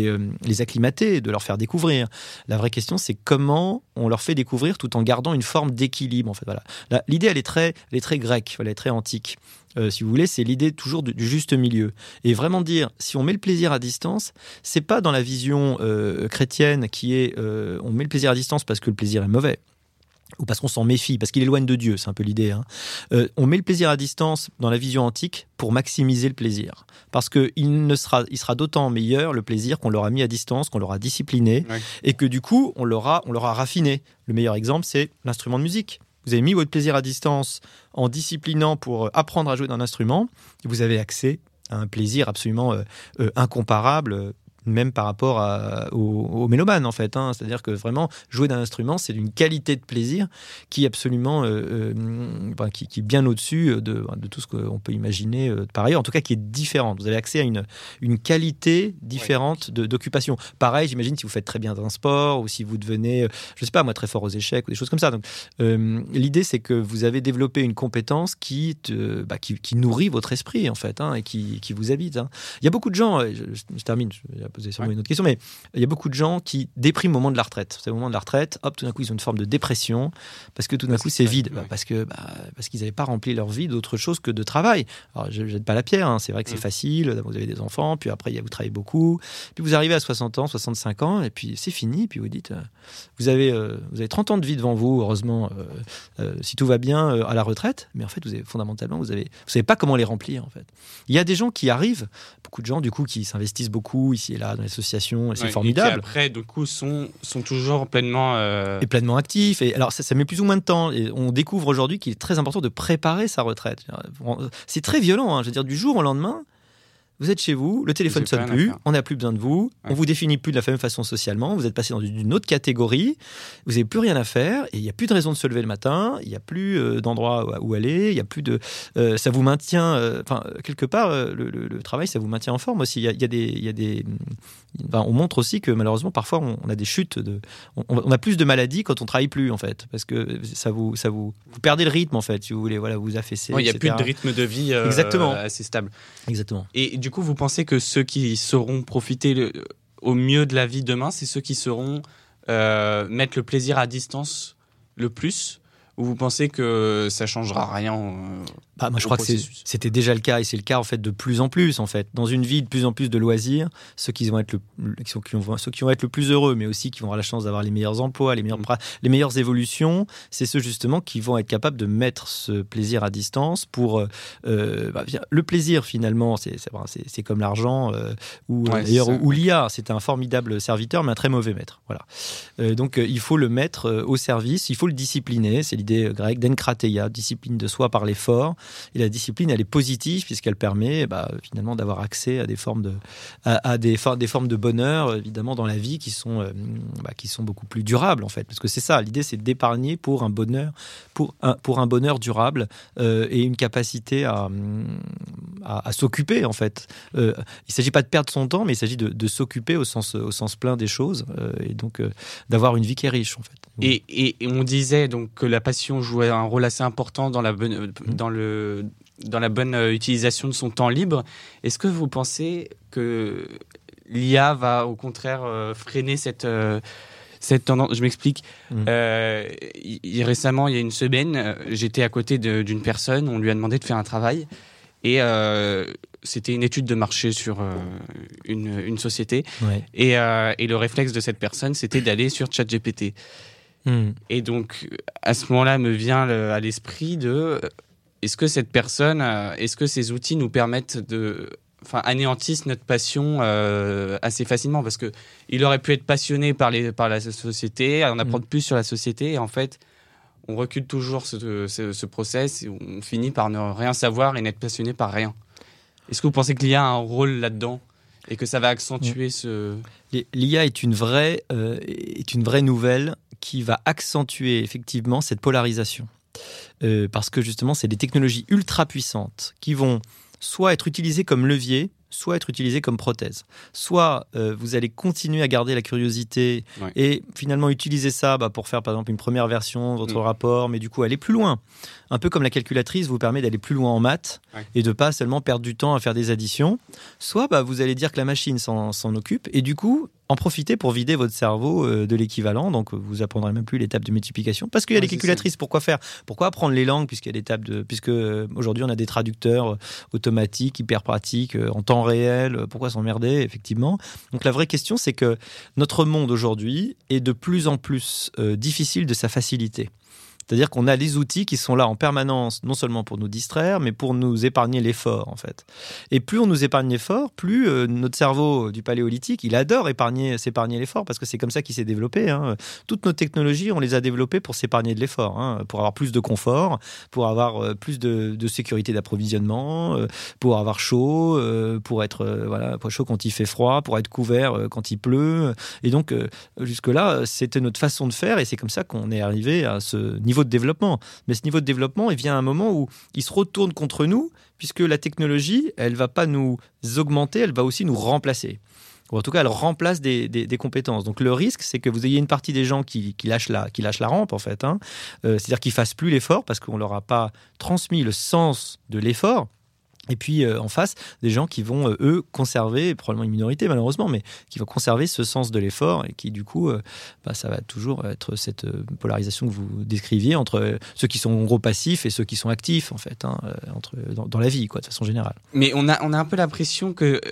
B: les acclimater, de leur faire découvrir. La vraie question, c'est comment on leur fait découvrir tout en gardant une forme d'équilibre. En fait, voilà. L'idée, elle est très grecque, elle est très antique. Si vous voulez, c'est l'idée toujours du juste milieu. Et vraiment dire, si on met le plaisir à distance, c'est pas dans la vision chrétienne qui est on met le plaisir à distance parce que le plaisir est mauvais. Ou parce qu'on s'en méfie, parce qu'il éloigne de Dieu, c'est un peu l'idée. On met le plaisir à distance dans la vision antique pour maximiser le plaisir. Parce qu'il sera d'autant meilleur, le plaisir, qu'on l'aura mis à distance, qu'on l'aura discipliné, et que du coup, on l'aura raffiné. Le meilleur exemple, c'est l'instrument de musique. Vous avez mis votre plaisir à distance en disciplinant pour apprendre à jouer d'un instrument, et vous avez accès à un plaisir absolument incomparable, même par rapport aux mélomanes, en fait. C'est-à-dire que vraiment, jouer d'un instrument, c'est d'une qualité de plaisir qui est absolument qui est bien au-dessus de tout ce qu'on peut imaginer par ailleurs, en tout cas qui est différente. Vous avez accès à une qualité différente d'occupation. Pareil, j'imagine, si vous faites très bien un sport ou si vous devenez, je sais pas moi, très fort aux échecs ou des choses comme ça. Donc, l'idée, c'est que vous avez développé une compétence qui nourrit votre esprit, en fait, et qui vous habite. Il y a beaucoup de gens, je termine, je vais poser sûrement une autre question, mais il y a beaucoup de gens qui dépriment au moment de la retraite. C'est au moment de la retraite, hop, tout d'un coup, ils ont une forme de dépression parce que tout d'un coup, c'est vide. Parce qu'ils n'avaient pas rempli leur vie d'autre chose que de travail. Alors, je ne jette pas la pierre, c'est vrai que c'est facile, vous avez des enfants, puis après, vous travaillez beaucoup, puis vous arrivez à 60 ans, 65 ans, et puis c'est fini, puis vous dites, vous avez 30 ans de vie devant vous, heureusement, si tout va bien à la retraite, mais en fait, fondamentalement, vous savez pas comment les remplir, en fait. Il y a des gens qui arrivent, beaucoup de gens, du coup, qui s'investissent beaucoup ici et là dans l'association, c'est formidable.
A: Et qui après, du coup, sont toujours pleinement...
B: Et pleinement actifs. Et alors, ça met plus ou moins de temps. Et on découvre aujourd'hui qu'il est très important de préparer sa retraite. C'est très violent, je veux dire, du jour au lendemain, vous êtes chez vous, le téléphone ne sonne plus, on n'a plus besoin de vous, on vous définit plus de la même façon socialement, vous êtes passé dans une autre catégorie, vous n'avez plus rien à faire, et il n'y a plus de raison de se lever le matin, il n'y a plus d'endroit où aller, il n'y a plus de... ça vous maintient... quelque part, le travail, ça vous maintient en forme aussi. Il y a des on montre aussi que malheureusement, parfois, on a des chutes. On a plus de maladies quand on ne travaille plus, en fait, parce que vous perdez le rythme, en fait, si vous voulez, voilà, vous affaissez,
A: il n'y a plus de rythme de vie assez stable.
B: Exactement.
A: Et du coup, vous pensez que ceux qui sauront profiter au mieux de la vie demain, c'est ceux qui sauront mettre le plaisir à distance le plus, ou vous pensez que ça changera rien
B: moi, je crois que c'était déjà le cas, et c'est le cas en fait de plus en plus. En fait, dans une vie de plus en plus de loisirs, ceux qui vont être le plus heureux, mais aussi qui vont avoir la chance d'avoir les meilleurs emplois, les meilleures évolutions, c'est ceux justement qui vont être capables de mettre ce plaisir à distance pour le plaisir finalement. C'est comme l'argent ou l'IA. C'est un formidable serviteur, mais un très mauvais maître. Voilà. Donc il faut le mettre au service, il faut le discipliner. C'est l'idée grecque d'enkrateia, discipline de soi par l'effort. Et la discipline, elle est positive puisqu'elle permet finalement d'avoir accès à des formes de bonheur, évidemment, dans la vie qui sont beaucoup plus durables, en fait. Parce que c'est ça, l'idée, c'est d'épargner pour un bonheur, pour un bonheur durable et une capacité à s'occuper, en fait. Il ne s'agit pas de perdre son temps, mais il s'agit de s'occuper au sens plein des choses et donc d'avoir une vie qui est riche, en fait.
A: Et on disait donc que la passion jouait un rôle assez important dans la bonne utilisation de son temps libre. Est-ce que vous pensez que l'IA va au contraire freiner cette tendance? Je m'explique. Récemment, il y a une semaine, j'étais à côté d'une personne, on lui a demandé de faire un travail et c'était une étude de marché sur une société.
B: Ouais.
A: Et le réflexe de cette personne, c'était d'aller sur ChatGPT. Et donc, à ce moment-là, me vient à l'esprit est-ce que cette personne, est-ce que ces outils nous permettent anéantissent notre passion assez facilement, parce que il aurait pu être passionné par la société, en apprendre plus sur la société, et en fait, on recule toujours ce process, et on finit par ne rien savoir et n'être passionné par rien. Est-ce que vous pensez que l'IA a un rôle là-dedans et que ça va accentuer
B: L'IA est une vraie nouvelle qui va accentuer effectivement cette polarisation. Parce que justement, c'est des technologies ultra puissantes qui vont soit être utilisées comme levier, soit être utilisées comme prothèse. Soit vous allez continuer à garder la curiosité et finalement utiliser ça pour faire par exemple une première version de votre rapport, mais du coup aller plus loin. Un peu comme la calculatrice vous permet d'aller plus loin en maths et de ne pas seulement perdre du temps à faire des additions. Soit vous allez dire que la machine s'en occupe et du coup en profiter pour vider votre cerveau de l'équivalent. Donc vous apprendrez même plus l'étape de multiplication parce qu'il y a des calculatrices. Pourquoi faire ? Pourquoi apprendre les langues puisqu'il y a l'étape puisque aujourd'hui on a des traducteurs automatiques hyper pratiques en temps réel. Pourquoi s'emmerder effectivement ? Donc la vraie question c'est que notre monde aujourd'hui est de plus en plus difficile de sa facilité. C'est-à-dire qu'on a les outils qui sont là en permanence, non seulement pour nous distraire, mais pour nous épargner l'effort, en fait. Et plus on nous épargne l'effort, plus notre cerveau du paléolithique, il adore s'épargner l'effort, parce que c'est comme ça qu'il s'est développé. Toutes nos technologies, on les a développées pour s'épargner de l'effort, pour avoir plus de confort, pour avoir plus de sécurité d'approvisionnement, pour avoir chaud, pour être chaud quand il fait froid, pour être couvert quand il pleut. Et donc, jusque-là, c'était notre façon de faire, et c'est comme ça qu'on est arrivé à ce niveau de développement. Mais ce niveau de développement, il vient à un moment où il se retourne contre nous, puisque la technologie, elle ne va pas nous augmenter, elle va aussi nous remplacer. Ou en tout cas, elle remplace des compétences. Donc le risque, c'est que vous ayez une partie des gens qui lâchent la rampe, en fait. C'est-à-dire qu'ils ne fassent plus l'effort, parce qu'on ne leur a pas transmis le sens de l'effort. Et puis en face, des gens qui vont, eux, conserver, probablement une minorité malheureusement, mais qui vont conserver ce sens de l'effort et qui du coup, ça va toujours être cette polarisation que vous décriviez entre ceux qui sont en gros passifs et ceux qui sont actifs en fait, dans la vie, quoi, de façon générale.
A: Mais on a un peu l'impression que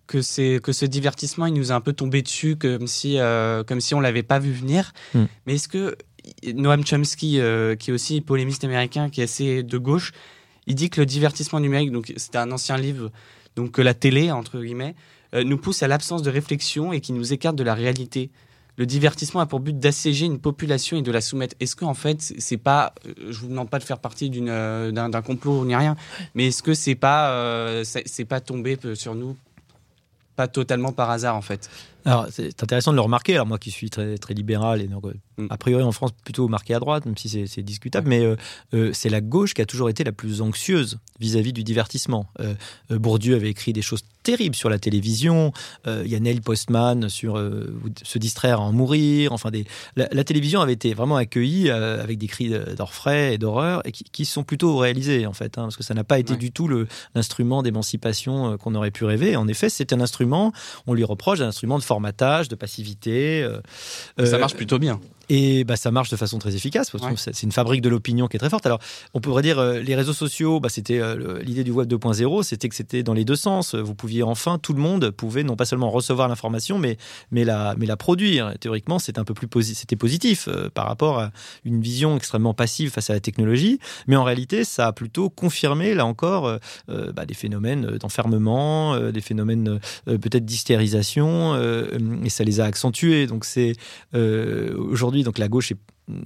A: ce divertissement, il nous a un peu tombé dessus comme si on l'avait pas vu venir. Mais est-ce que Noam Chomsky, qui est aussi polémiste américain, qui est assez de gauche, il dit que le divertissement numérique, donc c'était un ancien livre, donc que la télé, entre guillemets, nous pousse à l'absence de réflexion et qui nous écarte de la réalité. Le divertissement a pour but d'asséger une population et de la soumettre. Est-ce qu'en fait, c'est pas, je vous demande pas de faire partie d'un complot ni rien, mais est-ce que c'est pas tombé sur nous, pas totalement par hasard en fait?
B: Alors, c'est intéressant de le remarquer. Alors, moi qui suis très, très libéral, et donc, a priori en France plutôt marqué à droite, même si c'est discutable, mais c'est la gauche qui a toujours été la plus anxieuse vis-à-vis du divertissement. Bourdieu avait écrit des choses terribles sur la télévision. Il y a Neil Postman sur se distraire à en mourir. Enfin, la télévision avait été vraiment accueillie avec des cris d'orfraie et d'horreur, et qui sont plutôt réalisés, en fait, parce que ça n'a pas été du tout l'instrument d'émancipation qu'on aurait pu rêver. En effet, c'est un instrument, on lui reproche, un instrument de formatage, de passivité.
A: Ça marche plutôt bien.
B: Et ça marche de façon très efficace. C'est une fabrique de l'opinion qui est très forte. Alors, on pourrait dire les réseaux sociaux, c'était l'idée du web 2.0, c'était que c'était dans les deux sens. Vous pouviez tout le monde pouvait non pas seulement recevoir l'information, mais la produire. Théoriquement, c'était positif par rapport à une vision extrêmement passive face à la technologie. Mais en réalité, ça a plutôt confirmé, là encore, des phénomènes d'enfermement, des phénomènes peut-être d'hystérisation, et ça les a accentués. Donc c'est aujourd'hui, donc la gauche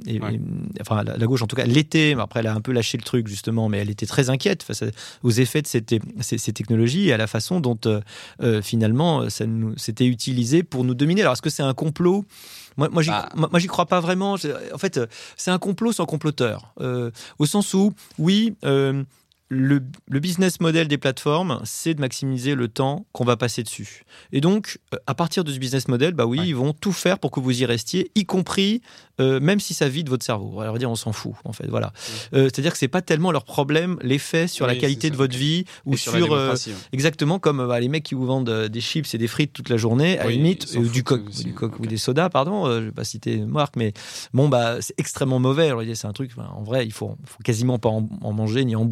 B: la gauche en tout cas l'était, mais après elle a un peu lâché le truc justement, mais elle était très inquiète face aux effets de ces technologies et à la façon dont finalement c'était utilisé pour nous dominer. Alors est-ce que c'est un complot ? Moi, j'y crois pas vraiment. En fait, c'est un complot sans comploteur, au sens où le business model des plateformes, c'est de maximiser le temps qu'on va passer dessus. Et donc, à partir de ce business model, ils vont tout faire pour que vous y restiez, y compris même si ça vide votre cerveau. On va leur dire, on s'en fout, en fait. Voilà. C'est-à-dire que c'est pas tellement leur problème, l'effet sur la qualité de votre vie ou sur exactement comme les mecs qui vous vendent des chips et des frites toute la journée, à la limite, ou du coq ou des sodas, pardon. Je vais pas citer une marque, mais c'est extrêmement mauvais. Alors, c'est un truc. En vrai, il faut quasiment pas en manger ni en boire. En vrai.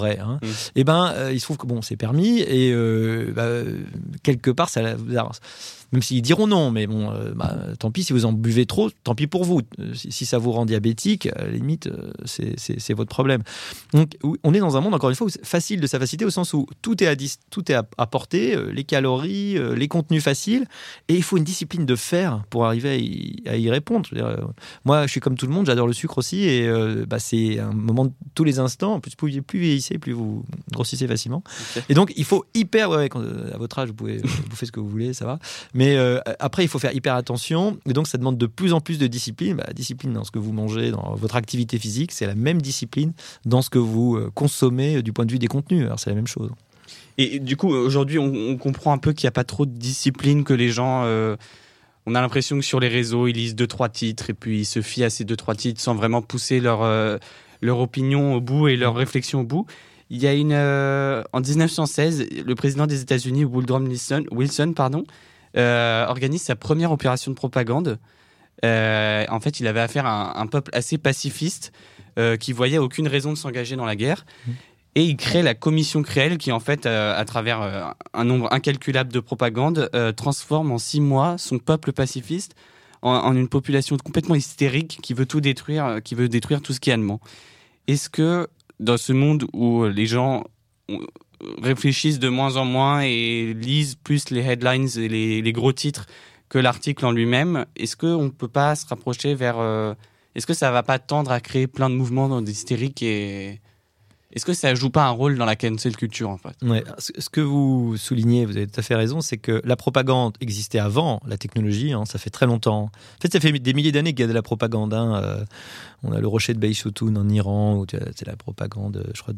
B: vrai. Et il se trouve que c'est permis et quelque part, même s'ils diront non, mais tant pis si vous en buvez trop, tant pis pour vous. Si ça vous rend diabétique, à la limite, c'est votre problème. Donc, on est dans un monde, encore une fois, facile de sa facilité, au sens où tout est à portée, les calories, les contenus faciles, et il faut une discipline de faire pour arriver à y répondre. Je veux dire, moi, je suis comme tout le monde, j'adore le sucre aussi, et c'est un moment de tous les instants. En plus vous vieillissez, plus vous grossissez facilement. Okay. Et donc, il faut à votre âge, vous pouvez bouffer ce que vous voulez, ça va. Mais après, il faut faire hyper attention. Et donc, ça demande de plus en plus de discipline. Discipline dans ce que vous mangez, dans votre activité physique, c'est la même discipline dans ce que vous consommez du point de vue des contenus. Alors, c'est la même chose.
A: Et du coup, aujourd'hui, on comprend un peu qu'il n'y a pas trop de discipline, que les gens... on a l'impression que sur les réseaux, ils lisent 2-3 titres et puis ils se fient à ces 2-3 titres sans vraiment pousser leur opinion au bout et leur réflexion au bout. Il y a en 1916, le président des États-Unis, Woodrow Wilson, organise sa première opération de propagande. En fait, il avait affaire à un peuple assez pacifiste qui voyait aucune raison de s'engager dans la guerre. Et il crée la commission Creel qui, en fait, à travers un nombre incalculable de propagande, transforme en 6 mois son peuple pacifiste en une population complètement hystérique qui veut tout détruire, qui veut détruire tout ce qui est allemand. Est-ce que dans ce monde où les gens réfléchissent de moins en moins et lisent plus les headlines et les gros titres que l'article en lui-même, est-ce qu'on ne peut pas se rapprocher vers... est-ce que ça ne va pas tendre à créer plein de mouvements d'hystérique et... Est-ce que ça ne joue pas un rôle dans la cancel culture, en fait ?
B: Ouais, ce que vous soulignez, vous avez tout à fait raison, c'est que la propagande existait avant la technologie, ça fait très longtemps. En fait, ça fait des milliers d'années qu'il y a de la propagande. On a le rocher de Beït-Shotoun en Iran, où c'est la propagande, je crois,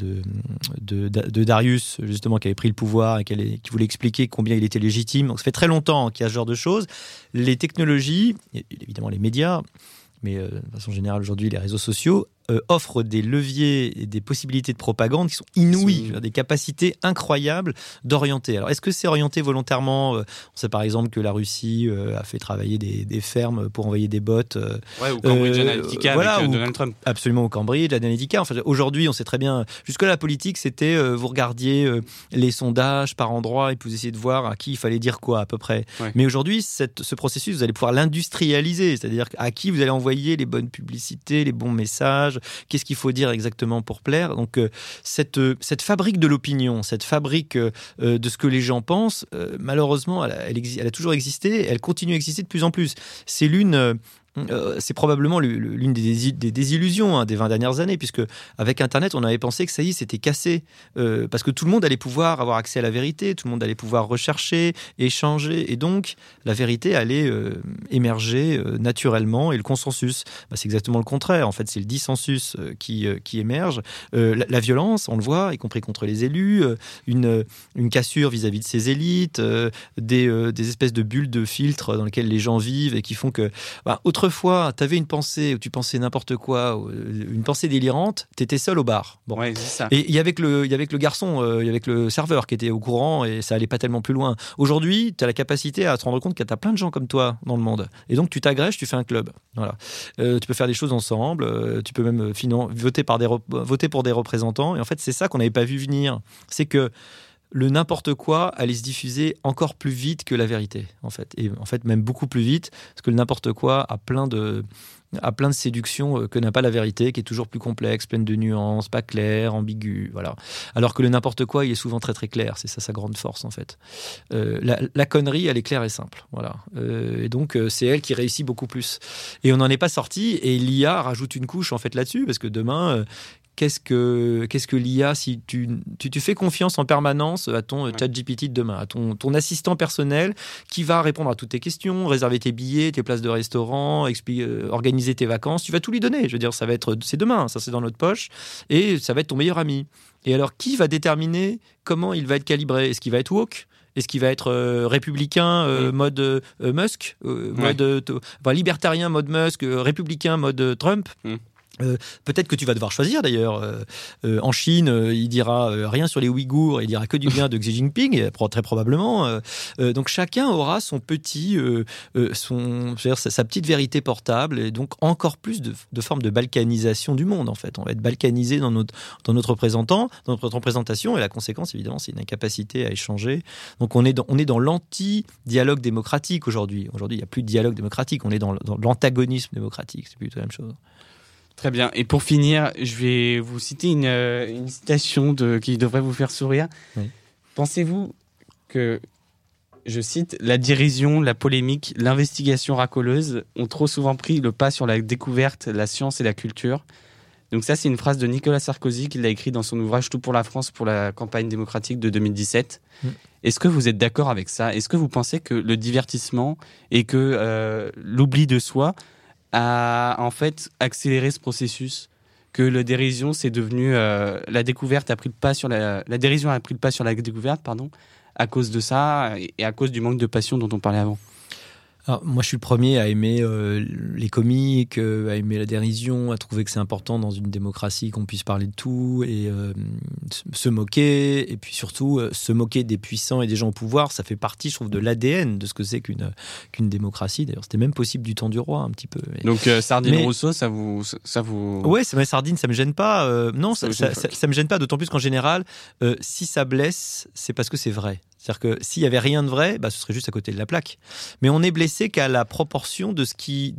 B: de Darius, justement, qui avait pris le pouvoir et qui voulait expliquer combien il était légitime. Donc ça fait très longtemps qu'il y a ce genre de choses. Les technologies, évidemment les médias, mais de façon générale aujourd'hui les réseaux sociaux, offrent des leviers et des possibilités de propagande qui sont inouïes, des capacités incroyables d'orienter. Alors, est-ce que c'est orienté volontairement ? On sait par exemple que la Russie a fait travailler des fermes pour envoyer des bots.
A: Ou Cambridge Analytica avec Donald Trump.
B: Absolument, au Cambridge Analytica. Enfin, aujourd'hui, on sait très bien. Jusque-là, la politique, c'était vous regardiez les sondages par endroit et puis vous essayez de voir à qui il fallait dire quoi à peu près. Ouais. Mais aujourd'hui, ce processus, vous allez pouvoir l'industrialiser, c'est-à-dire à qui vous allez envoyer les bonnes publicités, les bons messages. Qu'est-ce qu'il faut dire exactement pour plaire ? Donc, cette fabrique de l'opinion, cette fabrique de ce que les gens pensent, malheureusement, elle a toujours existé, elle continue à exister de plus en plus. C'est probablement l'une des désillusions des 20 dernières années, puisque avec Internet, on avait pensé que ça y est, c'était cassé, parce que tout le monde allait pouvoir avoir accès à la vérité, tout le monde allait pouvoir rechercher, échanger, et donc la vérité allait émerger naturellement, et le consensus, c'est exactement le contraire. En fait, c'est le dissensus qui émerge. La violence, on le voit, y compris contre les élus, une cassure vis-à-vis de ces élites, des espèces de bulles de filtre dans lesquelles les gens vivent et qui font que autrefois, tu avais une pensée où tu pensais n'importe quoi, une pensée délirante, tu étais seul au bar.
A: Bon. Ouais, c'est ça.
B: Et il y avait que le garçon, il y avait que le serveur qui était au courant et ça allait pas tellement plus loin. Aujourd'hui, tu as la capacité à te rendre compte qu'il y a plein de gens comme toi dans le monde. Et donc, tu t'agrèges, tu fais un club. Voilà. Tu peux faire des choses ensemble, tu peux même voter pour des représentants. Et en fait, c'est ça qu'on n'avait pas vu venir. C'est que le n'importe quoi allait se diffuser encore plus vite que la vérité, en fait. Et en fait, même beaucoup plus vite, parce que le n'importe quoi a plein de séductions que n'a pas la vérité, qui est toujours plus complexe, pleine de nuances, pas claire, ambiguë, voilà. Alors que le n'importe quoi, il est souvent très très clair, c'est ça sa grande force, en fait. La connerie, elle est claire et simple, voilà. Et donc, c'est elle qui réussit beaucoup plus. Et on n'en est pas sorti, et l'IA rajoute une couche, en fait, là-dessus, parce que demain... Qu'est-ce que l'IA, si tu fais confiance en permanence à ton ChatGPT de demain, à ton assistant personnel qui va répondre à toutes tes questions, réserver tes billets, tes places de restaurant, organiser tes vacances, tu vas tout lui donner. Je veux dire, c'est demain, ça c'est dans notre poche et ça va être ton meilleur ami. Et alors, qui va déterminer comment il va être calibré ? Est-ce qu'il va être woke ? Est-ce qu'il va être républicain mode Musk, libertarien mode Musk, républicain mode Trump ? Peut-être que tu vas devoir choisir d'ailleurs. En Chine, il dira rien sur les Ouïghours, il dira que du bien de Xi Jinping, très probablement. Donc chacun aura son petit, sa petite vérité portable, et donc encore plus de formes de balkanisation du monde en fait. On va être balkanisé dans notre représentation, et la conséquence évidemment c'est une incapacité à échanger. Donc on est dans l'anti-dialogue démocratique aujourd'hui. Aujourd'hui il n'y a plus de dialogue démocratique, on est dans l'antagonisme démocratique, c'est plutôt la même chose.
A: Très bien. Et pour finir, je vais vous citer une citation qui devrait vous faire sourire. Oui. Pensez-vous que, je cite, « La dérision, la polémique, l'investigation racoleuse ont trop souvent pris le pas sur la découverte, la science et la culture ?» Donc ça, c'est une phrase de Nicolas Sarkozy qu'il a écrit dans son ouvrage « Tout pour la France » pour la campagne démocratique de 2017. Est-ce que vous êtes d'accord avec ça ? Est-ce que vous pensez que le divertissement et que l'oubli de soi a en fait accéléré ce processus, que la dérision c'est devenu la découverte a pris le pas sur la dérision a pris le pas sur la découverte, à cause de ça et à cause du manque de passion dont on parlait avant?
B: Alors, moi, je suis le premier à aimer les comiques, à aimer la dérision, à trouver que c'est important dans une démocratie qu'on puisse parler de tout et se moquer. Et puis surtout, se moquer des puissants et des gens au pouvoir, ça fait partie, je trouve, de l'ADN de ce que c'est qu'une démocratie. D'ailleurs, c'était même possible du temps du roi, un petit peu.
A: Donc, Sardine Rousseau, ça vous...
B: Ouais, c'est Sardine, ça me gêne pas. Non, ça me gêne pas, d'autant plus qu'en général, si ça blesse, c'est parce que c'est vrai. C'est-à-dire que s'il n'y avait rien de vrai, ce serait juste à côté de la plaque. Mais on est blessé qu'à la proportion de ce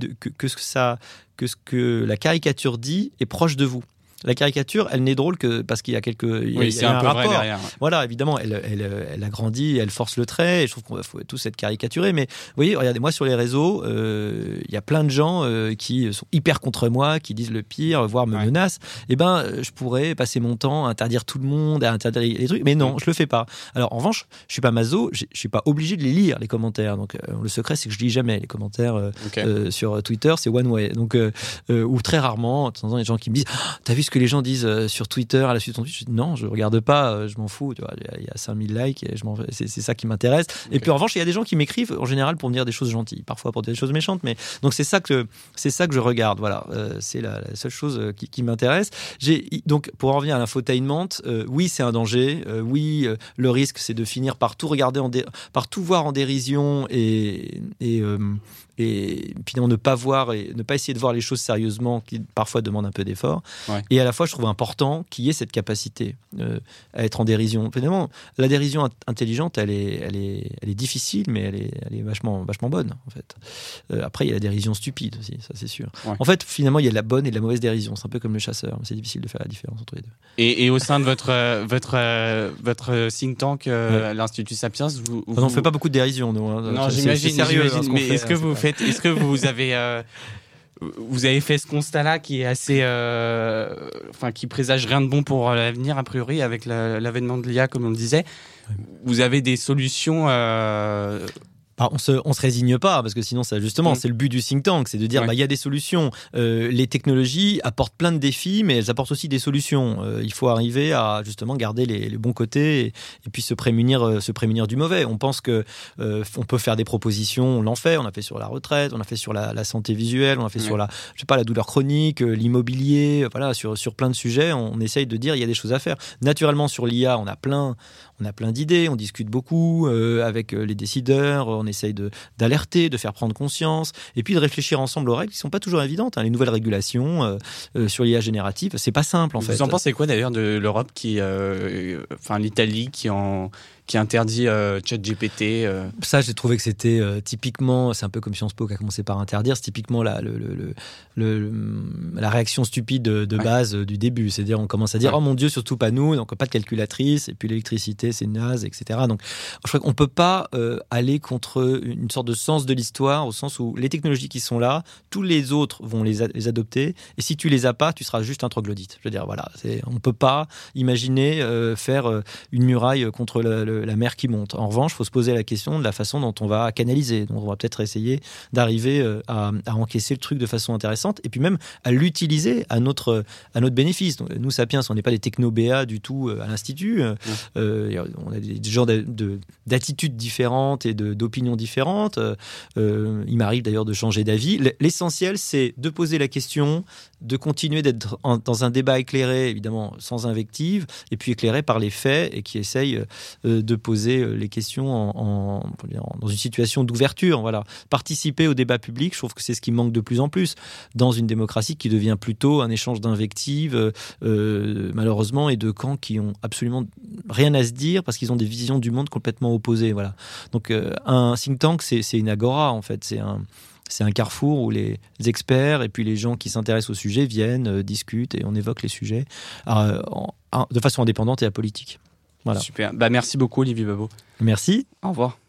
B: que la caricature dit est proche de vous. La caricature, elle n'est drôle que parce qu'il y a
A: c'est un peu
B: rapport.
A: Vrai derrière.
B: Voilà, évidemment, elle agrandit, elle force le trait. Et je trouve qu'on faut tous être caricaturés. Mais vous voyez, regardez-moi sur les réseaux, il y a plein de gens qui sont hyper contre moi, qui disent le pire, voire me menacent. Je pourrais passer mon temps à interdire tout le monde, à interdire les trucs. Mais non, je le fais pas. Alors, en revanche, je suis pas maso, je suis pas obligé de les lire, les commentaires. Donc, le secret, c'est que je lis jamais les commentaires sur Twitter, c'est one way. Donc, ou très rarement, de temps en temps, il y a des gens qui me disent t'as vu ce que les gens disent sur Twitter à la suite de ton tweet? Je dis non, je regarde pas, je m'en fous, tu vois, il y a 5000 likes et c'est ça qui m'intéresse. Et puis en revanche, il y a des gens qui m'écrivent en général pour me dire des choses gentilles, parfois pour dire des choses méchantes, mais donc c'est ça que je regarde, voilà, c'est la seule chose qui m'intéresse. Donc pour en revenir à l'infotainment, oui, c'est un danger, oui, le risque c'est de finir par tout regarder par tout voir en dérision et finalement ne pas voir et ne pas essayer de voir les choses sérieusement, qui parfois demandent un peu d'effort. Et à la fois, je trouve important qu'il y ait cette capacité à être en dérision. Finalement, la dérision intelligente, elle est difficile, mais elle est vachement bonne, en fait. Après, il y a la dérision stupide aussi, ça c'est sûr. En fait, finalement, il y a de la bonne et de la mauvaise dérision. C'est un peu comme le chasseur. C'est difficile de faire la différence entre les deux.
A: Et au sein de votre think tank, l'Institut Sapiens,
B: on n'en fait pas beaucoup de dérision, nous.
A: Non, j'imagine. Mais est-ce que vous avez fait ce constat-là qui est assez, qui présage rien de bon pour l'avenir a priori avec l'avènement de l'IA, comme on le disait. Vous avez des solutions
B: on se résigne pas, parce que sinon, ça, justement, c'est le but du think tank, c'est de dire, y a des solutions. Les technologies apportent plein de défis, mais elles apportent aussi des solutions. Il faut arriver à, justement, garder les bons côtés et puis se prémunir du mauvais. On pense que on peut faire des propositions, on l'en fait. On a fait sur la retraite, on a fait sur la santé visuelle, on a fait sur la douleur chronique, l'immobilier, voilà, sur plein de sujets. On essaye de dire, il y a des choses à faire. Naturellement, sur l'IA, on a plein d'idées, on discute beaucoup avec les décideurs, on essaye d'alerter, de faire prendre conscience, et puis de réfléchir ensemble aux règles qui ne sont pas toujours évidentes. Les nouvelles régulations sur l'IA générative, c'est pas simple en fait.
A: Vous en pensez quoi d'ailleurs de l'Europe l'Italie qui interdit ChatGPT
B: Ça, j'ai trouvé que c'était typiquement, c'est un peu comme Sciences Po qui a commencé par interdire, c'est typiquement la réaction stupide de base du début. C'est-à-dire, on commence à dire, oh mon Dieu, surtout pas nous, donc pas de calculatrice, et puis l'électricité, c'est naze, etc. Donc, je crois qu'on peut pas aller contre une sorte de sens de l'histoire, au sens où les technologies qui sont là, tous les autres vont les adopter, et si tu les as pas, tu seras juste un troglodyte. Je veux dire, voilà, on peut pas imaginer faire une muraille contre la mer qui monte. En revanche, il faut se poser la question de la façon dont on va canaliser. Donc, on va peut-être essayer d'arriver à encaisser le truc de façon intéressante et puis même à l'utiliser à notre bénéfice. Donc, nous, Sapiens, on n'est pas des techno-BA du tout à l'Institut. On a des genres d'attitudes différentes et d'opinions différentes. Il m'arrive d'ailleurs de changer d'avis. L'essentiel, c'est de poser la question, de continuer d'être dans un débat éclairé, évidemment sans invective, et puis éclairé par les faits et qui essaye de poser les questions dans une situation d'ouverture. Voilà. Participer au débat public, je trouve que c'est ce qui manque de plus en plus dans une démocratie qui devient plutôt un échange d'invectives, malheureusement, et de camps qui ont absolument rien à se dire parce qu'ils ont des visions du monde complètement opposées. Voilà. Donc un think tank, c'est une agora en fait, c'est un carrefour où les experts et puis les gens qui s'intéressent au sujet viennent, discutent et on évoque les sujets de façon indépendante et apolitique. Voilà.
A: Super. Merci beaucoup, Olivier Babot.
B: Merci.
A: Au revoir.